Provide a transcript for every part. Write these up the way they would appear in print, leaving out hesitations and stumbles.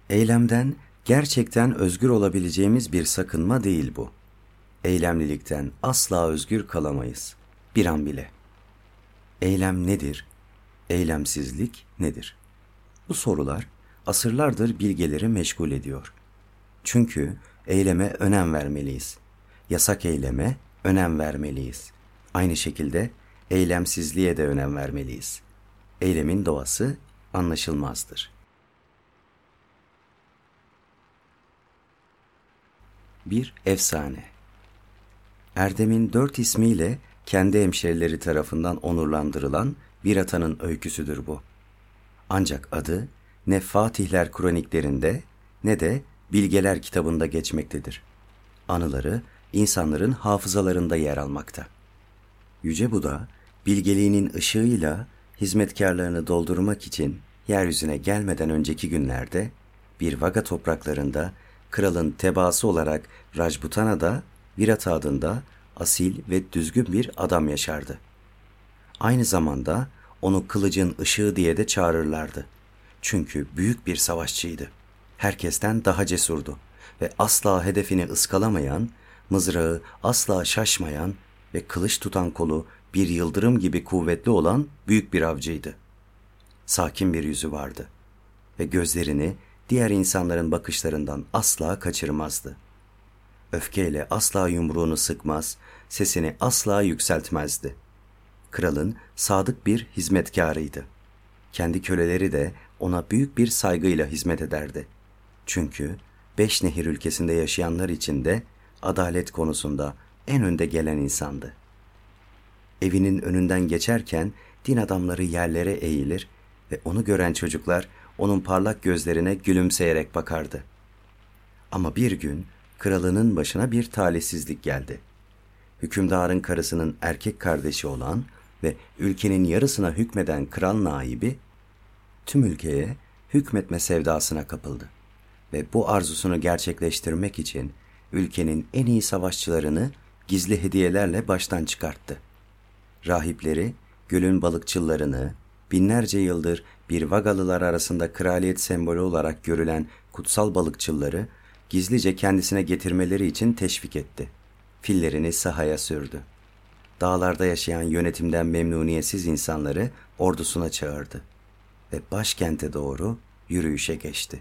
Eylemden gerçekten özgür olabileceğimiz bir sakınma değil bu. Eylemlilikten asla özgür kalamayız. Bir an bile. Eylem nedir? Eylemsizlik nedir? Bu sorular asırlardır bilgeleri meşgul ediyor. Çünkü eyleme önem vermeliyiz. Yasak eyleme önem vermeliyiz. Aynı şekilde eylemsizliğe de önem vermeliyiz. Eylemin doğası anlaşılmazdır. Bir efsane. Erdem'in 4 ismiyle kendi hemşerileri tarafından onurlandırılan bir atanın öyküsüdür bu. Ancak adı ne Fatihler kroniklerinde ne de Bilgeler kitabında geçmektedir. Anıları insanların hafızalarında yer almakta. Yüce Buda, bilgeliğinin ışığıyla hizmetkarlarını doldurmak için yeryüzüne gelmeden önceki günlerde bir Vaga topraklarında kralın tebaası olarak Rajputana'da Virata adında asil ve düzgün bir adam yaşardı. Aynı zamanda onu kılıcın ışığı diye de çağırırlardı. Çünkü büyük bir savaşçıydı. Herkesten daha cesurdu ve asla hedefini ıskalamayan, mızrağı asla şaşmayan ve kılıç tutan kolu bir yıldırım gibi kuvvetli olan büyük bir avcıydı. Sakin bir yüzü vardı ve gözlerini diğer insanların bakışlarından asla kaçırmazdı. Öfkeyle asla yumruğunu sıkmaz, sesini asla yükseltmezdi. Kralın sadık bir hizmetkarıydı. Kendi köleleri de ona büyük bir saygıyla hizmet ederdi. Çünkü Beşnehir ülkesinde yaşayanlar için de adalet konusunda en önde gelen insandı. Evinin önünden geçerken din adamları yerlere eğilir ve onu gören çocuklar onun parlak gözlerine gülümseyerek bakardı. Ama bir gün kralının başına bir talihsizlik geldi. Hükümdarın karısının erkek kardeşi olan ve ülkenin yarısına hükmeden kral naibi, tüm ülkeye hükmetme sevdasına kapıldı ve bu arzusunu gerçekleştirmek için ülkenin en iyi savaşçılarını gizli hediyelerle baştan çıkarttı. Rahipleri, gölün balıkçılarını, binlerce yıldır bir Vagalılar arasında kraliyet sembolü olarak görülen kutsal balıkçıları gizlice kendisine getirmeleri için teşvik etti. Fillerini sahaya sürdü. Dağlarda yaşayan yönetimden memnuniyetsiz insanları ordusuna çağırdı ve başkente doğru yürüyüşe geçti.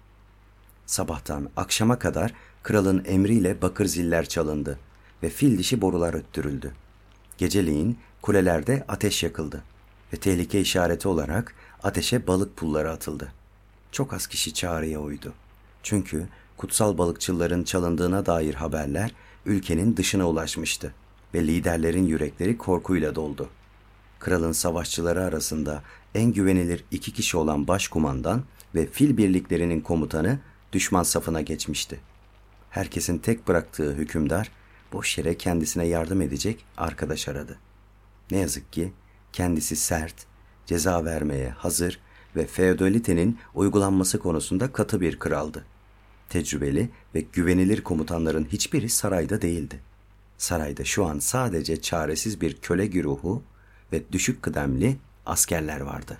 Sabahtan akşama kadar kralın emriyle bakır ziller çalındı ve fil dişi borular öttürüldü. Geceleyin kulelerde ateş yakıldı ve tehlike işareti olarak ateşe balık pulları atıldı. Çok az kişi çağrıya uydu. Çünkü kutsal balıkçıların çalındığına dair haberler ülkenin dışına ulaşmıştı ve liderlerin yürekleri korkuyla doldu. Kralın savaşçıları arasında en güvenilir 2 kişi olan başkumandan ve fil birliklerinin komutanı düşman safına geçmişti. Herkesin tek bıraktığı hükümdar boş yere kendisine yardım edecek arkadaş aradı. Ne yazık ki kendisi sert, ceza vermeye hazır ve feodalitenin uygulanması konusunda katı bir kraldı. Tecrübeli ve güvenilir komutanların hiçbiri sarayda değildi. Sarayda şu an sadece çaresiz bir köle güruhu ve düşük kıdemli askerler vardı.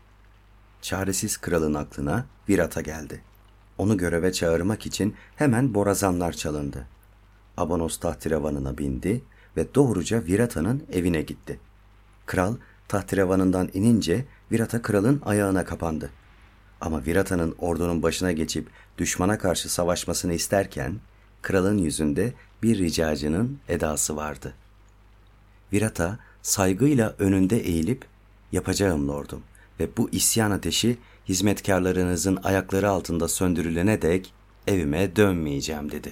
Çaresiz kralın aklına Virata geldi. Onu göreve çağırmak için hemen borazanlar çalındı. Abanos tahterevanına bindi ve doğruca Virata'nın evine gitti. Kral tahterevanından inince Virata kralın ayağına kapandı. Ama Virata'nın ordunun başına geçip düşmana karşı savaşmasını isterken kralın yüzünde bir ricacının edası vardı. Virata saygıyla önünde eğilip "Yapacağım lordum ve bu isyan ateşi hizmetkarlarınızın ayakları altında söndürülene dek evime dönmeyeceğim" dedi.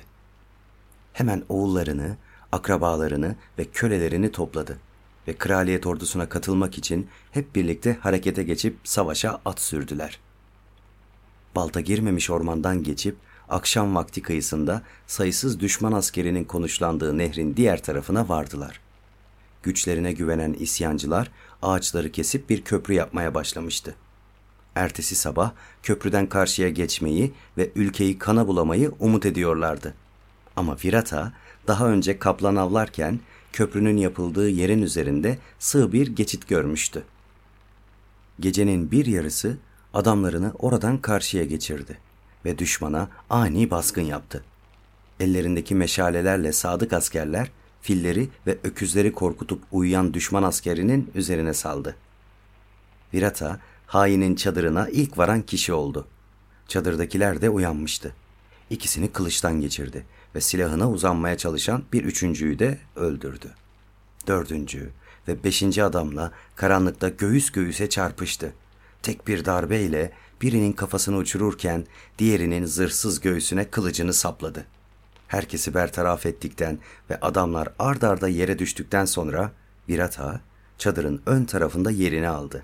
Hemen oğullarını, akrabalarını ve kölelerini topladı ve kraliyet ordusuna katılmak için hep birlikte harekete geçip savaşa at sürdüler. Balta girmemiş ormandan geçip akşam vakti kıyısında sayısız düşman askerinin konuşlandığı nehrin diğer tarafına vardılar. Güçlerine güvenen isyancılar ağaçları kesip bir köprü yapmaya başlamıştı. Ertesi sabah köprüden karşıya geçmeyi ve ülkeyi kana bulamayı umut ediyorlardı. Ama Virata daha önce kaplan avlarken köprünün yapıldığı yerin üzerinde sığ bir geçit görmüştü. Gecenin bir yarısı adamlarını oradan karşıya geçirdi ve düşmana ani baskın yaptı. Ellerindeki meşalelerle sadık askerler filleri ve öküzleri korkutup uyuyan düşman askerinin üzerine saldı. Virata, hainin çadırına ilk varan kişi oldu. Çadırdakiler de uyanmıştı. İkisini kılıçtan geçirdi ve silahına uzanmaya çalışan bir üçüncüyü de öldürdü. Dördüncü ve beşinci adamla karanlıkta göğüs göğüse çarpıştı. Tek bir darbeyle birinin kafasını uçururken diğerinin zırhsız göğsüne kılıcını sapladı. Herkesi bertaraf ettikten ve adamlar ard arda yere düştükten sonra Virata çadırın ön tarafında yerini aldı.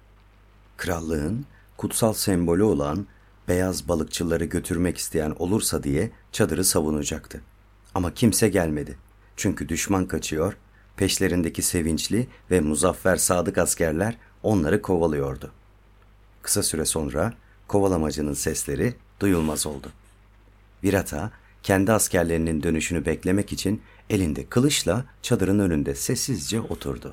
Krallığın kutsal sembolü olan beyaz balıkçıları götürmek isteyen olursa diye çadırı savunacaktı. Ama kimse gelmedi. Çünkü düşman kaçıyor, peşlerindeki sevinçli ve muzaffer sadık askerler onları kovalıyordu. Kısa süre sonra kovalamacının sesleri duyulmaz oldu. Virata kendi askerlerinin dönüşünü beklemek için elinde kılıçla çadırın önünde sessizce oturdu.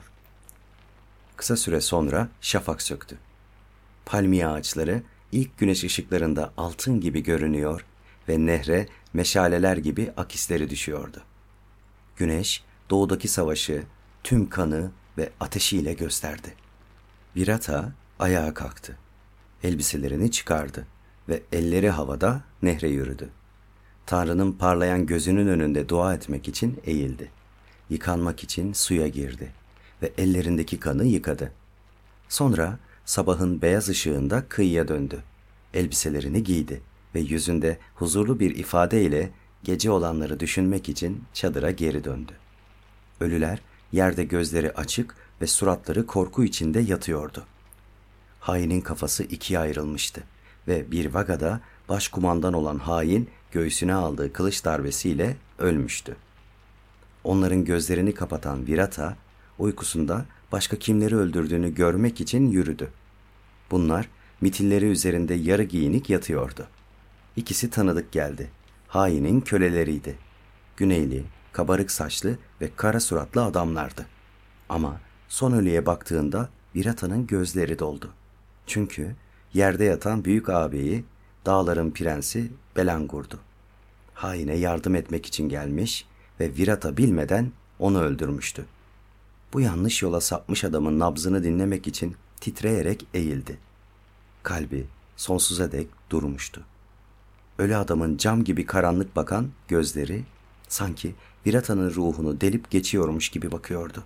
Kısa süre sonra şafak söktü. Palmiye ağaçları ilk güneş ışıklarında altın gibi görünüyor ve nehre meşaleler gibi akisleri düşüyordu. Güneş doğudaki savaşı, tüm kanı ve ateşiyle gösterdi. Virata ayağa kalktı. Elbiselerini çıkardı ve elleri havada nehre yürüdü. Tanrı'nın parlayan gözünün önünde dua etmek için eğildi. Yıkanmak için suya girdi ve ellerindeki kanı yıkadı. Sonra sabahın beyaz ışığında kıyıya döndü. Elbiselerini giydi ve yüzünde huzurlu bir ifadeyle gece olanları düşünmek için çadıra geri döndü. Ölüler yerde gözleri açık ve suratları korku içinde yatıyordu. Hainin kafası ikiye ayrılmıştı ve bir vagada başkumandan olan hain göğsüne aldığı kılıç darbesiyle ölmüştü. Onların gözlerini kapatan Virata uykusunda başka kimleri öldürdüğünü görmek için yürüdü. Bunlar mitilleri üzerinde yarı giyinik yatıyordu. İkisi tanıdık geldi. Hainin köleleriydi. Güneyli, kabarık saçlı ve kara suratlı adamlardı. Ama son ölüye baktığında Virata'nın gözleri doldu. Çünkü yerde yatan büyük ağabeyi, dağların prensi Belangur'du. Haine yardım etmek için gelmiş ve Virata bilmeden onu öldürmüştü. Bu yanlış yola sapmış adamın nabzını dinlemek için titreyerek eğildi. Kalbi sonsuza dek durmuştu. Ölü adamın cam gibi karanlık bakan gözleri sanki Virata'nın ruhunu delip geçiyormuş gibi bakıyordu.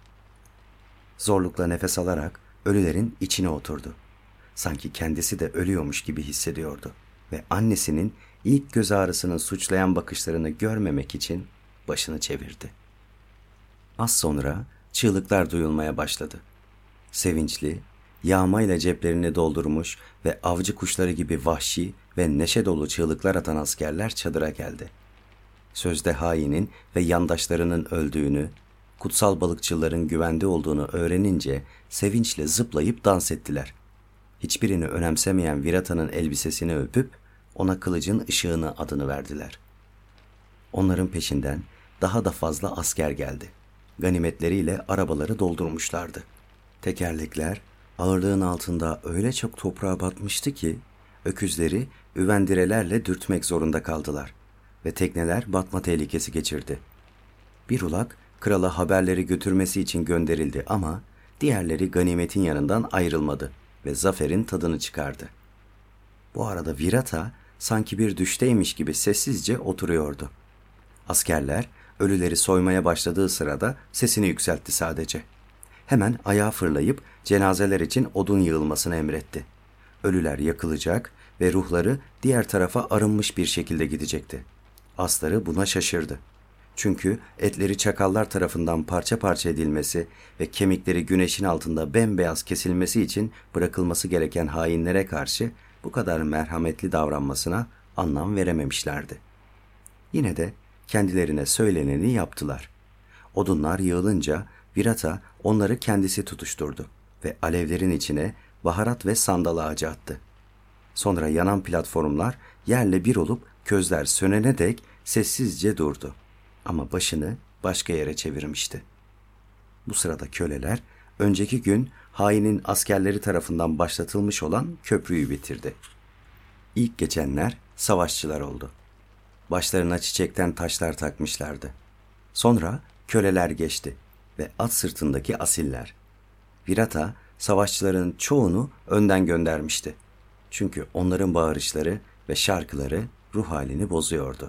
Zorlukla nefes alarak ölülerin içine oturdu. Sanki kendisi de ölüyormuş gibi hissediyordu ve annesinin ilk göz ağrısını suçlayan bakışlarını görmemek için başını çevirdi. Az sonra çığlıklar duyulmaya başladı. Sevinçli, yağmayla ceplerini doldurmuş ve avcı kuşları gibi vahşi ve neşe dolu çığlıklar atan askerler çadıra geldi. Sözde hainin ve yandaşlarının öldüğünü, kutsal balıkçıların güvende olduğunu öğrenince sevinçle zıplayıp dans ettiler. Hiçbirini önemsemeyen Virata'nın elbisesini öpüp ona kılıcın ışığını adını verdiler. Onların peşinden daha da fazla asker geldi. Ganimetleriyle arabaları doldurmuşlardı. Tekerlekler ağırlığın altında öyle çok toprağa batmıştı ki öküzleri üvendirelerle dürtmek zorunda kaldılar ve tekneler batma tehlikesi geçirdi. Bir ulak krala haberleri götürmesi için gönderildi ama diğerleri ganimetin yanından ayrılmadı ve zaferin tadını çıkardı. Bu arada Virata sanki bir düşteymiş gibi sessizce oturuyordu. Askerler ölüleri soymaya başladığı sırada sesini yükseltti sadece. Hemen ayağa fırlayıp cenazeler için odun yığılmasını emretti. Ölüler yakılacak ve ruhları diğer tarafa arınmış bir şekilde gidecekti. Asları buna şaşırdı. Çünkü etleri çakallar tarafından parça parça edilmesi ve kemikleri güneşin altında bembeyaz kesilmesi için bırakılması gereken hainlere karşı bu kadar merhametli davranmasına anlam verememişlerdi. Yine de kendilerine söyleneni yaptılar. Odunlar yığılınca Virata onları kendisi tutuşturdu ve alevlerin içine baharat ve sandal ağacı attı. Sonra yanan platformlar yerle bir olup közler sönene dek sessizce durdu. Ama başını başka yere çevirmişti. Bu sırada köleler önceki gün hainin askerleri tarafından başlatılmış olan köprüyü bitirdi. İlk geçenler savaşçılar oldu. Başlarına çiçekten taşlar takmışlardı. Sonra köleler geçti ve at sırtındaki asiller. Virata savaşçıların çoğunu önden göndermişti. Çünkü onların bağırışları ve şarkıları ruh halini bozuyordu.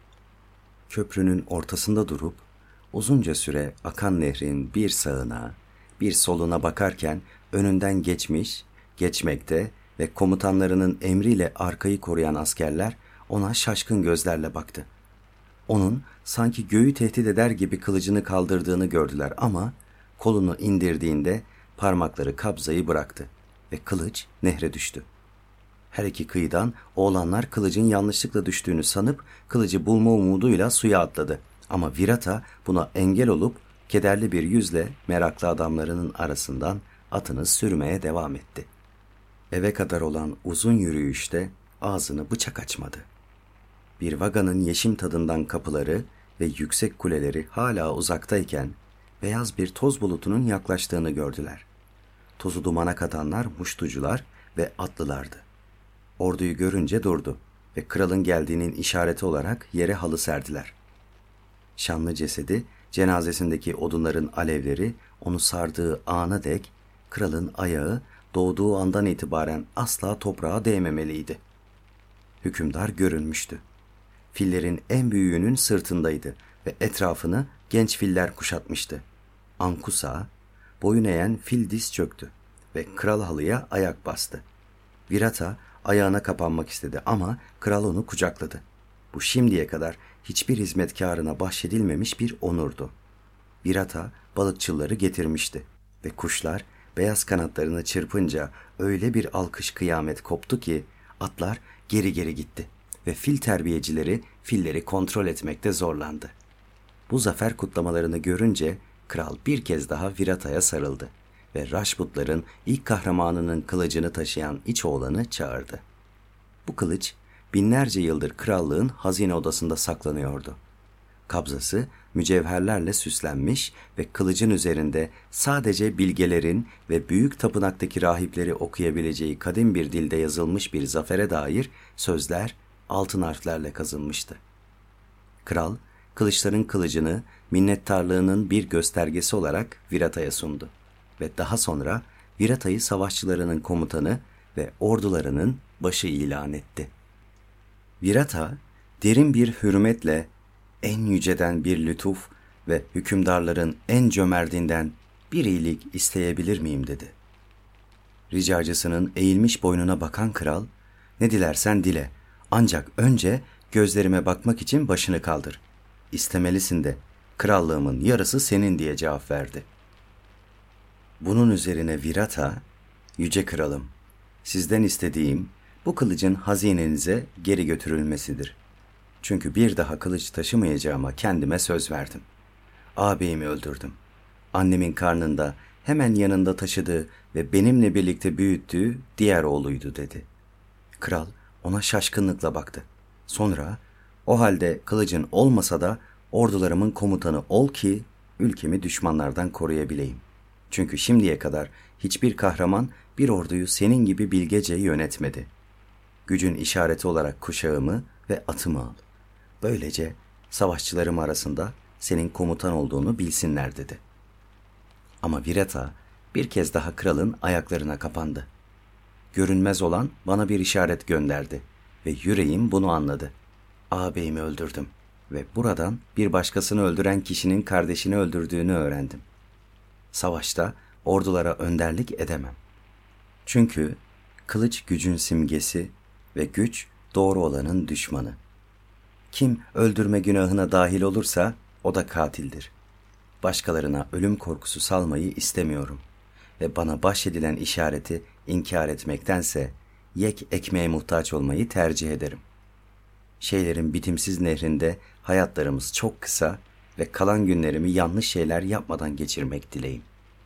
Köprünün ortasında durup uzunca süre akan nehrin bir sağına, bir soluna bakarken önünden geçmiş, geçmekte ve komutanlarının emriyle arkayı koruyan askerler ona şaşkın gözlerle baktı. Onun sanki göğü tehdit eder gibi kılıcını kaldırdığını gördüler ama kolunu indirdiğinde parmakları kabzayı bıraktı ve kılıç nehre düştü. Her iki kıyıdan oğlanlar kılıcın yanlışlıkla düştüğünü sanıp kılıcı bulma umuduyla suya atladı. Ama Virata buna engel olup kederli bir yüzle meraklı adamlarının arasından atını sürmeye devam etti. Eve kadar olan uzun yürüyüşte ağzını bıçak açmadı. Bir vaganın yeşim tadından kapıları ve yüksek kuleleri hala uzaktayken beyaz bir toz bulutunun yaklaştığını gördüler. Tozu dumana katanlar muştucular ve atlılardı. Orduyu görünce durdu ve kralın geldiğinin işareti olarak yere halı serdiler. Şanlı cesedi, cenazesindeki odunların alevleri onu sardığı ana dek kralın ayağı doğduğu andan itibaren asla toprağa değmemeliydi. Hükümdar görünmüştü. Fillerin en büyüğünün sırtındaydı ve etrafını genç filler kuşatmıştı. Ankusa, boyun eğen fil diz çöktü ve kral halıya ayak bastı. Virata ayağına kapanmak istedi ama kral onu kucakladı. Bu şimdiye kadar hiçbir hizmetkarına bahşedilmemiş bir onurdu. Virata balıkçıları getirmişti ve kuşlar beyaz kanatlarını çırpınca öyle bir alkış kıyamet koptu ki atlar geri geri gitti ve fil terbiyecileri filleri kontrol etmekte zorlandı. Bu zafer kutlamalarını görünce kral bir kez daha Virata'ya sarıldı ve Rajputların ilk kahramanının kılıcını taşıyan iç oğlanı çağırdı. Bu kılıç binlerce yıldır krallığın hazine odasında saklanıyordu. Kabzası mücevherlerle süslenmiş ve kılıcın üzerinde sadece bilgelerin ve büyük tapınaktaki rahipleri okuyabileceği kadim bir dilde yazılmış bir zafere dair sözler altın harflerle kazınmıştı. Kral, kılıçların kılıcını minnettarlığının bir göstergesi olarak Virata'ya sundu ve daha sonra Virata'yı savaşçılarının komutanı ve ordularının başı ilan etti. Virata, derin bir hürmetle en yüceden bir lütuf ve hükümdarların en cömertinden bir iyilik isteyebilir miyim dedi. Ricacısının eğilmiş boynuna bakan kral, ne dilersen dile, ancak önce gözlerime bakmak için başını kaldır. İstemelisin de, krallığımın yarısı senin diye cevap verdi. Bunun üzerine Virata, yüce kralım, sizden istediğim bu kılıcın hazinenize geri götürülmesidir. Çünkü bir daha kılıç taşımayacağıma kendime söz verdim. Ağabeyimi öldürdüm. Annemin karnında hemen yanında taşıdığı ve benimle birlikte büyüttüğü diğer oğluydu dedi. Kral ona şaşkınlıkla baktı. Sonra o halde kılıcın olmasa da ordularımın komutanı ol ki ülkemi düşmanlardan koruyabileyim. Çünkü şimdiye kadar hiçbir kahraman bir orduyu senin gibi bilgece yönetmedi. Gücün işareti olarak kuşağımı ve atımı al. Böylece savaşçılarım arasında senin komutan olduğunu bilsinler dedi. Ama Virata bir kez daha kralın ayaklarına kapandı. Görünmez olan bana bir işaret gönderdi ve yüreğim bunu anladı. Ağabeyimi öldürdüm ve buradan bir başkasını öldüren kişinin kardeşini öldürdüğünü öğrendim. Savaşta ordulara önderlik edemem. Çünkü kılıç gücün simgesi ve güç doğru olanın düşmanı. Kim öldürme günahına dahil olursa o da katildir. Başkalarına ölüm korkusu salmayı istemiyorum ve bana bahşedilen işareti inkar etmektense yek ekmeğe muhtaç olmayı tercih ederim. Şeylerin bitimsiz nehrinde hayatlarımız çok kısa ve kalan günlerimi yanlış şeyler yapmadan geçirmek dileğim.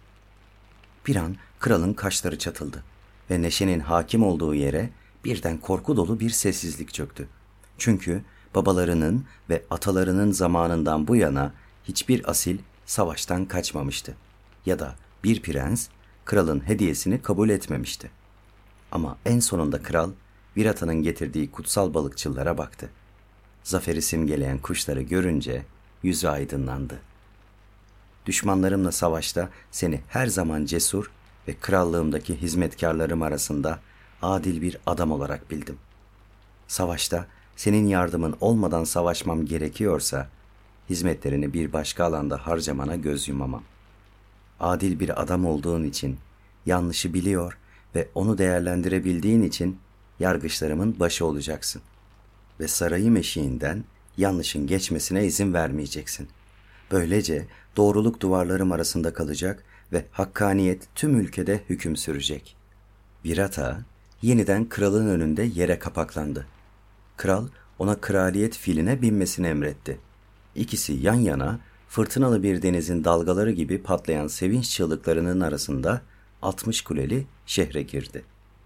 Bir an kralın kaşları çatıldı ve neşenin hakim olduğu yere birden korku dolu bir sessizlik çöktü. Çünkü babalarının ve atalarının zamanından bu yana hiçbir asil savaştan kaçmamıştı ya da bir prens kralın hediyesini kabul etmemişti. Ama en sonunda kral Virata'nın getirdiği kutsal balıkçılara baktı. Zaferi simgeleyen kuşları görünce yüzü aydınlandı. Düşmanlarımla savaşta seni her zaman cesur ve krallığımdaki hizmetkarlarım arasında adil bir adam olarak bildim. Savaşta senin yardımın olmadan savaşmam gerekiyorsa, hizmetlerini bir başka alanda harcamana göz yumamam. Adil bir adam olduğun için, yanlışı biliyor ve onu değerlendirebildiğin için yargıçlarımın başı olacaksın. Ve sarayım eşiğinden yanlışın geçmesine izin vermeyeceksin. Böylece doğruluk duvarlarım arasında kalacak ve hakkaniyet tüm ülkede hüküm sürecek. Virata yeniden kralın önünde yere kapaklandı. Kral ona kraliyet filine binmesini emretti. İkisi yan yana fırtınalı bir denizin dalgaları gibi patlayan sevinç çığlıklarının arasında 60 kuleli şehre girdi.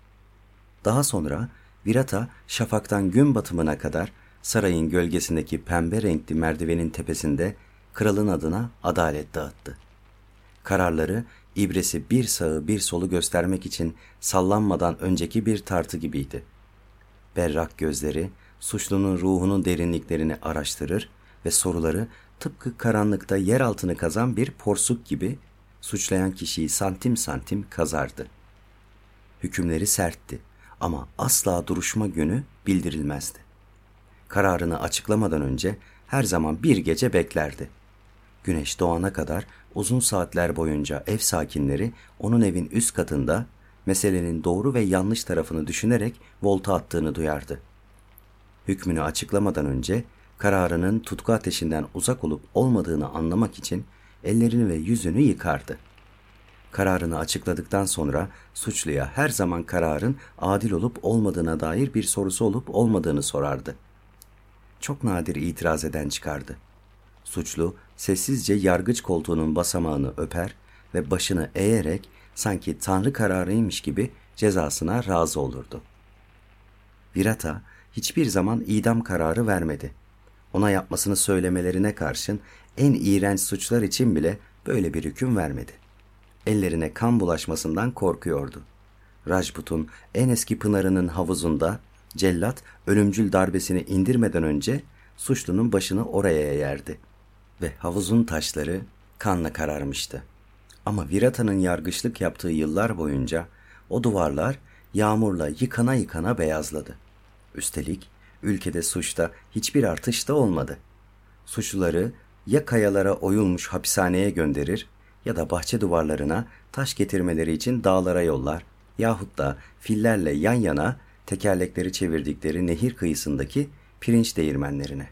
Daha sonra Virata şafaktan gün batımına kadar sarayın gölgesindeki pembe renkli merdivenin tepesinde kralın adına adalet dağıttı. Kararları ibresi bir sağı bir solu göstermek için sallanmadan önceki bir tartı gibiydi. Berrak gözleri suçlunun ruhunun derinliklerini araştırır ve soruları tıpkı karanlıkta yer altını kazan bir porsuk gibi suçlayan kişiyi santim santim kazardı. Hükümleri sertti ama asla duruşma günü bildirilmezdi. Kararını açıklamadan önce her zaman bir gece beklerdi. Güneş doğana kadar uzun saatler boyunca ev sakinleri onun evin üst katında meselenin doğru ve yanlış tarafını düşünerek volta attığını duyardı. Hükmünü açıklamadan önce kararının tutku ateşinden uzak olup olmadığını anlamak için ellerini ve yüzünü yıkardı. Kararını açıkladıktan sonra suçluya her zaman kararın adil olup olmadığına dair bir sorusu olup olmadığını sorardı. Çok nadir itiraz eden çıkardı. Suçlu sessizce yargıç koltuğunun basamağını öper ve başını eğerek sanki tanrı kararıymış gibi cezasına razı olurdu. Virata hiçbir zaman idam kararı vermedi. Ona yapmasını söylemelerine karşın en iğrenç suçlar için bile böyle bir hüküm vermedi. Ellerine kan bulaşmasından korkuyordu. Rajput'un en eski pınarının havuzunda cellat ölümcül darbesini indirmeden önce suçlunun başını oraya yerdi ve havuzun taşları kanla kararmıştı. Ama Virata'nın yargıçlık yaptığı yıllar boyunca o duvarlar yağmurla yıkana yıkana beyazladı. Üstelik ülkede suçta hiçbir artış da olmadı. Suçluları ya kayalara oyulmuş hapishaneye gönderir ya da bahçe duvarlarına taş getirmeleri için dağlara yollar yahut da fillerle yan yana tekerlekleri çevirdikleri nehir kıyısındaki pirinç değirmenlerine.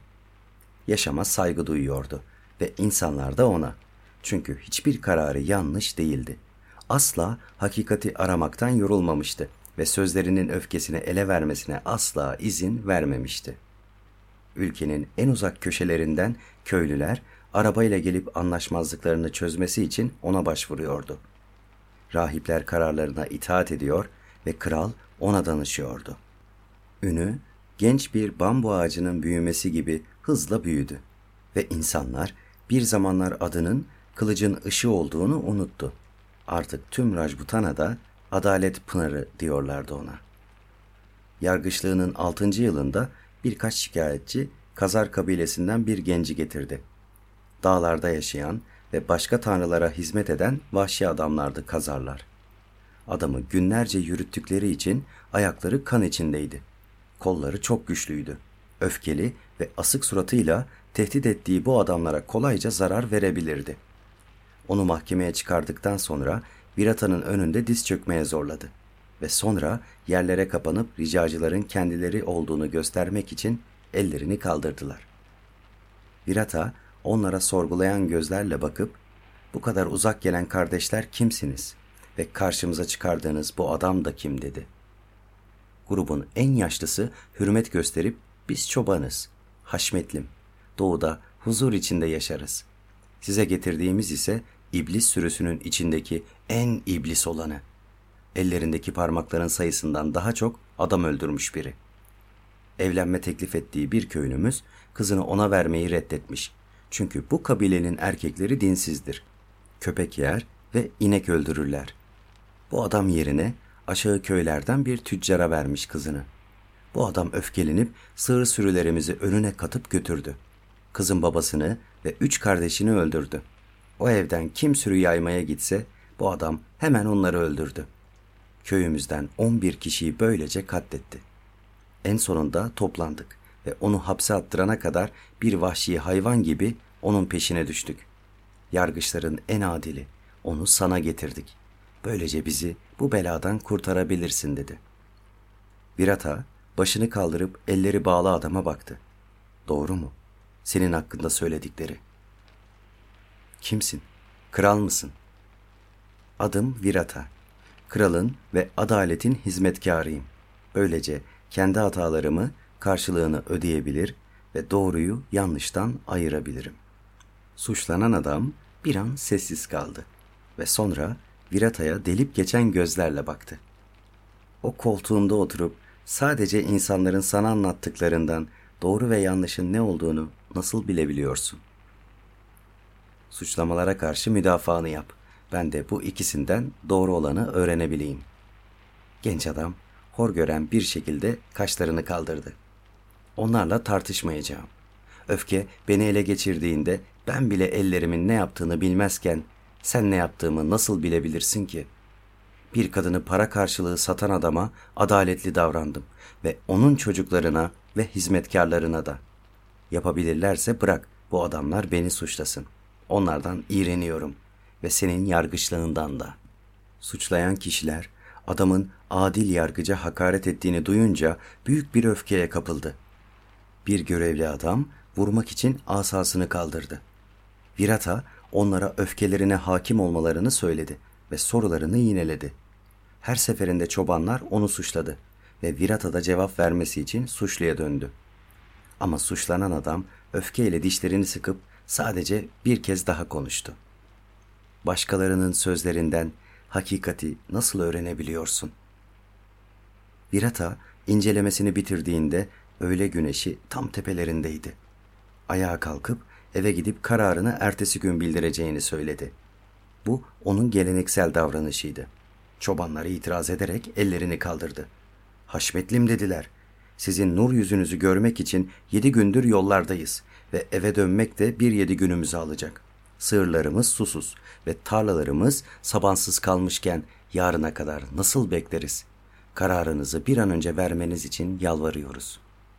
Yaşama saygı duyuyordu ve insanlar da ona. Çünkü hiçbir kararı yanlış değildi. Asla hakikati aramaktan yorulmamıştı ve sözlerinin öfkesini ele vermesine asla izin vermemişti. Ülkenin en uzak köşelerinden köylüler arabayla gelip anlaşmazlıklarını çözmesi için ona başvuruyordu. Rahipler kararlarına itaat ediyor ve kral ona danışıyordu. Ünü genç bir bambu ağacının büyümesi gibi hızla büyüdü ve insanlar bir zamanlar adının kılıcın ışığı olduğunu unuttu. Artık tüm Rajputana'da Adalet Pınarı diyorlardı ona. Yargıçlığının 6. yılında birkaç şikayetçi Kazar kabilesinden bir genci getirdi. Dağlarda yaşayan ve başka tanrılara hizmet eden vahşi adamlardı Kazarlar. Adamı günlerce yürüttükleri için ayakları kan içindeydi. Kolları çok güçlüydü. Öfkeli ve asık suratıyla tehdit ettiği bu adamlara kolayca zarar verebilirdi. Onu mahkemeye çıkardıktan sonra Virata'nın önünde diz çökmeye zorladı ve sonra yerlere kapanıp ricacıların kendileri olduğunu göstermek için ellerini kaldırdılar. Virata onlara sorgulayan gözlerle bakıp "Bu kadar uzak gelen kardeşler kimsiniz ve karşımıza çıkardığınız bu adam da kim?" dedi. Grubun en yaşlısı hürmet gösterip "Biz çobanız, Haşmetlim, doğuda huzur içinde yaşarız. Size getirdiğimiz ise iblis sürüsünün içindeki en iblis olanı. Ellerindeki parmakların sayısından daha çok adam öldürmüş biri. Evlenme teklif ettiği bir köylümüz kızını ona vermeyi reddetmiş. Çünkü bu kabilenin erkekleri dinsizdir. Köpek yer ve inek öldürürler. Bu adam yerine aşağı köylerden bir tüccara vermiş kızını. Bu adam öfkelenip sığır sürülerimizi önüne katıp götürdü. Kızın babasını ve 3 kardeşini öldürdü. O evden kim sürü yaymaya gitse bu adam hemen onları öldürdü. Köyümüzden 11 kişiyi böylece katletti. En sonunda toplandık ve onu hapse attırana kadar bir vahşi hayvan gibi onun peşine düştük. Yargıçların en adili, onu sana getirdik. Böylece bizi bu beladan kurtarabilirsin dedi. Virata başını kaldırıp elleri bağlı adama baktı. Doğru mu? Senin hakkında söyledikleri. Kimsin? Kral mısın? Adım Virata. Kralın ve adaletin hizmetkarıyım. Böylece kendi hatalarımı karşılığını ödeyebilir ve doğruyu yanlıştan ayırabilirim. Suçlanan adam bir an sessiz kaldı ve sonra Virata'ya delip geçen gözlerle baktı. O koltuğunda oturup sadece insanların sana anlattıklarından doğru ve yanlışın ne olduğunu nasıl bilebiliyorsun? Suçlamalara karşı müdafaanı yap. Ben de bu ikisinden doğru olanı öğrenebileyim. Genç adam hor gören bir şekilde kaşlarını kaldırdı. Onlarla tartışmayacağım. Öfke beni ele geçirdiğinde ben bile ellerimin ne yaptığını bilmezken sen ne yaptığımı nasıl bilebilirsin ki? Bir kadını para karşılığı satan adama adaletli davrandım ve onun çocuklarına ve hizmetkarlarına da. Yapabilirlerse bırak bu adamlar beni suçlasın. Onlardan iğreniyorum ve senin yargıçlığından da. Suçlayan kişiler adamın adil yargıca hakaret ettiğini duyunca büyük bir öfkeye kapıldı. Bir görevli adam vurmak için asasını kaldırdı. Virata onlara öfkelerine hakim olmalarını söyledi ve sorularını yineledi. Her seferinde çobanlar onu suçladı ve Virata da cevap vermesi için suçluya döndü. Ama suçlanan adam öfkeyle dişlerini sıkıp sadece bir kez daha konuştu. Başkalarının sözlerinden hakikati nasıl öğrenebiliyorsun? Virata incelemesini bitirdiğinde öğle güneşi tam tepelerindeydi. Ayağa kalkıp eve gidip kararını ertesi gün bildireceğini söyledi. Bu onun geleneksel davranışıydı. Çobanları itiraz ederek ellerini kaldırdı. Haşmetlim dediler. Sizin nur yüzünüzü görmek için 7 gündür yollardayız ve eve dönmek de bir 7 günümüzü alacak. Sığırlarımız susuz ve tarlalarımız sabansız kalmışken yarına kadar nasıl bekleriz? Kararınızı bir an önce vermeniz için yalvarıyoruz.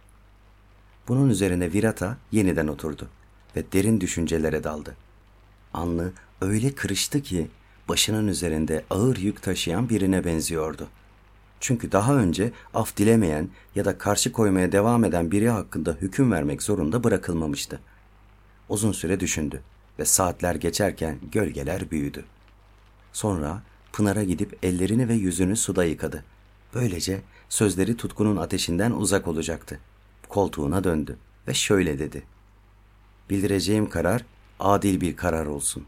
Bunun üzerine Virata yeniden oturdu ve derin düşüncelere daldı. Alnı öyle kırıştı ki başının üzerinde ağır yük taşıyan birine benziyordu. Çünkü daha önce af dilemeyen ya da karşı koymaya devam eden biri hakkında hüküm vermek zorunda bırakılmamıştı. Uzun süre düşündü ve saatler geçerken gölgeler büyüdü. Sonra Pınar'a gidip ellerini ve yüzünü suda yıkadı. Böylece sözleri tutkunun ateşinden uzak olacaktı. Koltuğuna döndü ve şöyle dedi. Bildireceğim karar adil bir karar olsun.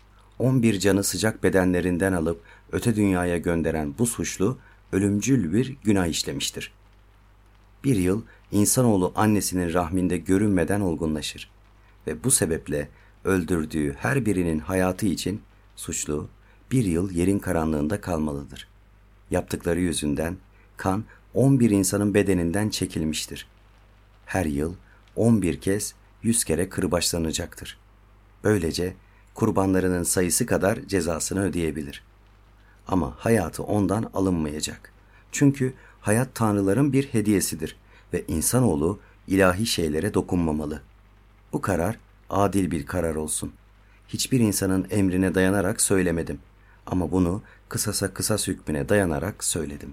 11 canı sıcak bedenlerinden alıp öte dünyaya gönderen bu suçlu ölümcül bir günah işlemiştir. Bir yıl insanoğlu annesinin rahminde görünmeden olgunlaşır ve bu sebeple öldürdüğü her birinin hayatı için suçlu bir yıl yerin karanlığında kalmalıdır. Yaptıkları yüzünden kan 11 insanın bedeninden çekilmiştir. Her yıl 11 kez 100 kere kırbaçlanacaktır. Böylece kurbanlarının sayısı kadar cezasını ödeyebilir. Ama hayatı ondan alınmayacak. Çünkü hayat tanrıların bir hediyesidir ve insanoğlu ilahi şeylere dokunmamalı. Bu karar adil bir karar olsun. Hiçbir insanın emrine dayanarak söylemedim ama bunu kısasa kısas hükmüne dayanarak söyledim.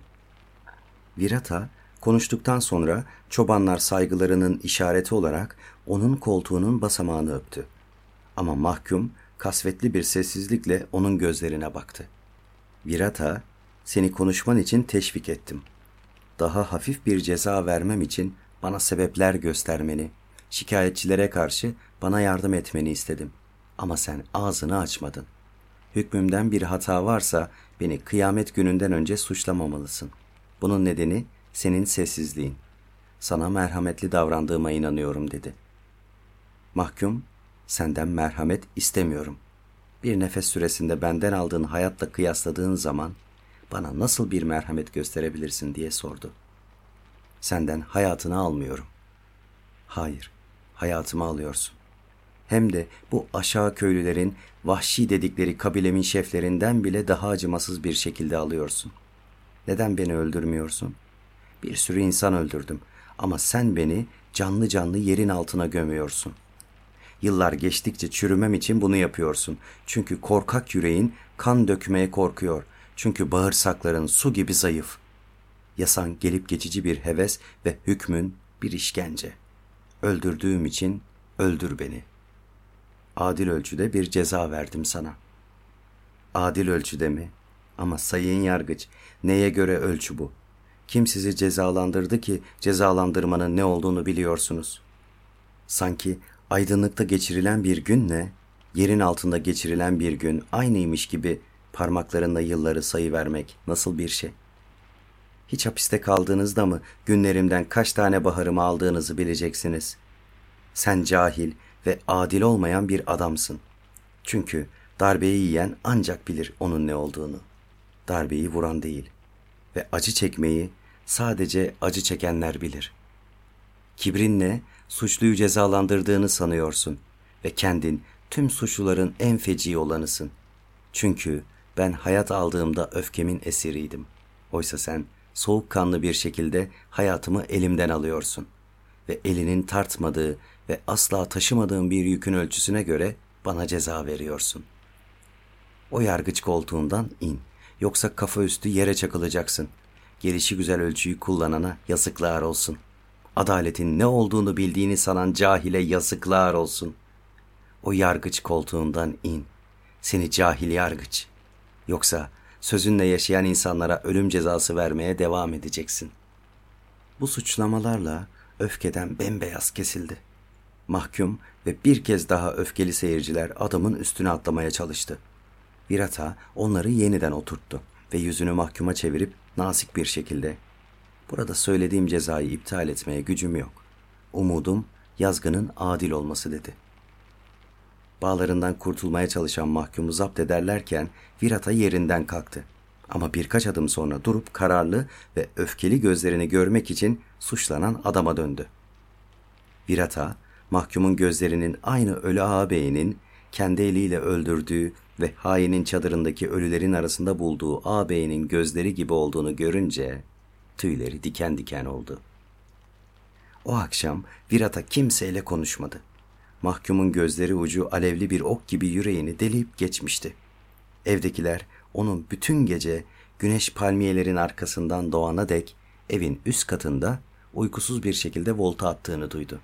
Virata konuştuktan sonra çobanlar saygılarının işareti olarak onun koltuğunun basamağını öptü. Ama mahkum kasvetli bir sessizlikle onun gözlerine baktı. Virata, seni konuşman için teşvik ettim. Daha hafif bir ceza vermem için bana sebepler göstermeni, şikayetçilere karşı bana yardım etmeni istedim. Ama sen ağzını açmadın. Hükmümden bir hata varsa beni kıyamet gününden önce suçlamamalısın. Bunun nedeni senin sessizliğin. Sana merhametli davrandığıma inanıyorum dedi. Mahkum, senden merhamet istemiyorum. Bir nefes süresinde benden aldığın hayatla kıyasladığın zaman bana nasıl bir merhamet gösterebilirsin diye sordu. Senden hayatını almıyorum. Hayır, hayatımı alıyorsun. Hem de bu aşağı köylülerin vahşi dedikleri kabilemin şeflerinden bile daha acımasız bir şekilde alıyorsun. Neden beni öldürmüyorsun? Bir sürü insan öldürdüm ama sen beni canlı canlı yerin altına gömüyorsun. Yıllar geçtikçe çürümem için bunu yapıyorsun. Çünkü korkak yüreğin kan dökmeye korkuyor. Çünkü bağırsakların su gibi zayıf. Yasan gelip geçici bir heves ve hükmün bir işkence. Öldürdüğüm için öldür beni. Adil ölçüde bir ceza verdim sana. Adil ölçüde mi? Ama sayın yargıç, neye göre ölçü bu? Kim sizi cezalandırdı ki cezalandırmanın ne olduğunu biliyorsunuz? Sanki aydınlıkta geçirilen bir günle yerin altında geçirilen bir gün aynıymış gibi parmaklarında yılları sayıvermek nasıl bir şey? Hiç hapiste kaldığınızda mı günlerimden kaç tane baharımı aldığınızı bileceksiniz? Sen cahil ve adil olmayan bir adamsın. Çünkü darbeyi yiyen ancak bilir onun ne olduğunu. Darbeyi vuran değil ve acı çekmeyi sadece acı çekenler bilir. Kibrinle suçluyu cezalandırdığını sanıyorsun ve kendin tüm suçluların en feci olanısın. Çünkü ben hayat aldığımda öfkemin esiriydim. Oysa sen soğukkanlı bir şekilde hayatımı elimden alıyorsun ve elinin tartmadığı ve asla taşımadığım bir yükün ölçüsüne göre bana ceza veriyorsun. O yargıç koltuğundan in, yoksa kafa üstü yere çakılacaksın. Gelişigüzel ölçüyü kullanana yazıklar olsun. Adaletin ne olduğunu bildiğini sanan cahile yazıklar olsun. O yargıç koltuğundan in. Seni cahil yargıç. Yoksa sözünle yaşayan insanlara ölüm cezası vermeye devam edeceksin. Bu suçlamalarla öfkeden bembeyaz kesildi. Mahkum ve bir kez daha öfkeli seyirciler adamın üstüne atlamaya çalıştı. Virata onları yeniden oturttu ve yüzünü mahkuma çevirip nazik bir şekilde "Burada söylediğim cezayı iptal etmeye gücüm yok. Umudum yazgının adil olması" dedi. Bağlarından kurtulmaya çalışan mahkumu zapt ederlerken Virata yerinden kalktı. Ama birkaç adım sonra durup kararlı ve öfkeli gözlerini görmek için suçlanan adama döndü. Virata, mahkumun gözlerinin aynı ölü ağabeyinin kendi eliyle öldürdüğü ve hainin çadırındaki ölülerin arasında bulduğu ağabeyinin gözleri gibi olduğunu görünce tüyleri diken diken oldu. O akşam Virata kimseyle konuşmadı. Mahkumun gözleri ucu alevli bir ok gibi yüreğini delip geçmişti. Evdekiler onun bütün gece güneş palmiyelerin arkasından doğana dek evin üst katında uykusuz bir şekilde volta attığını duydu.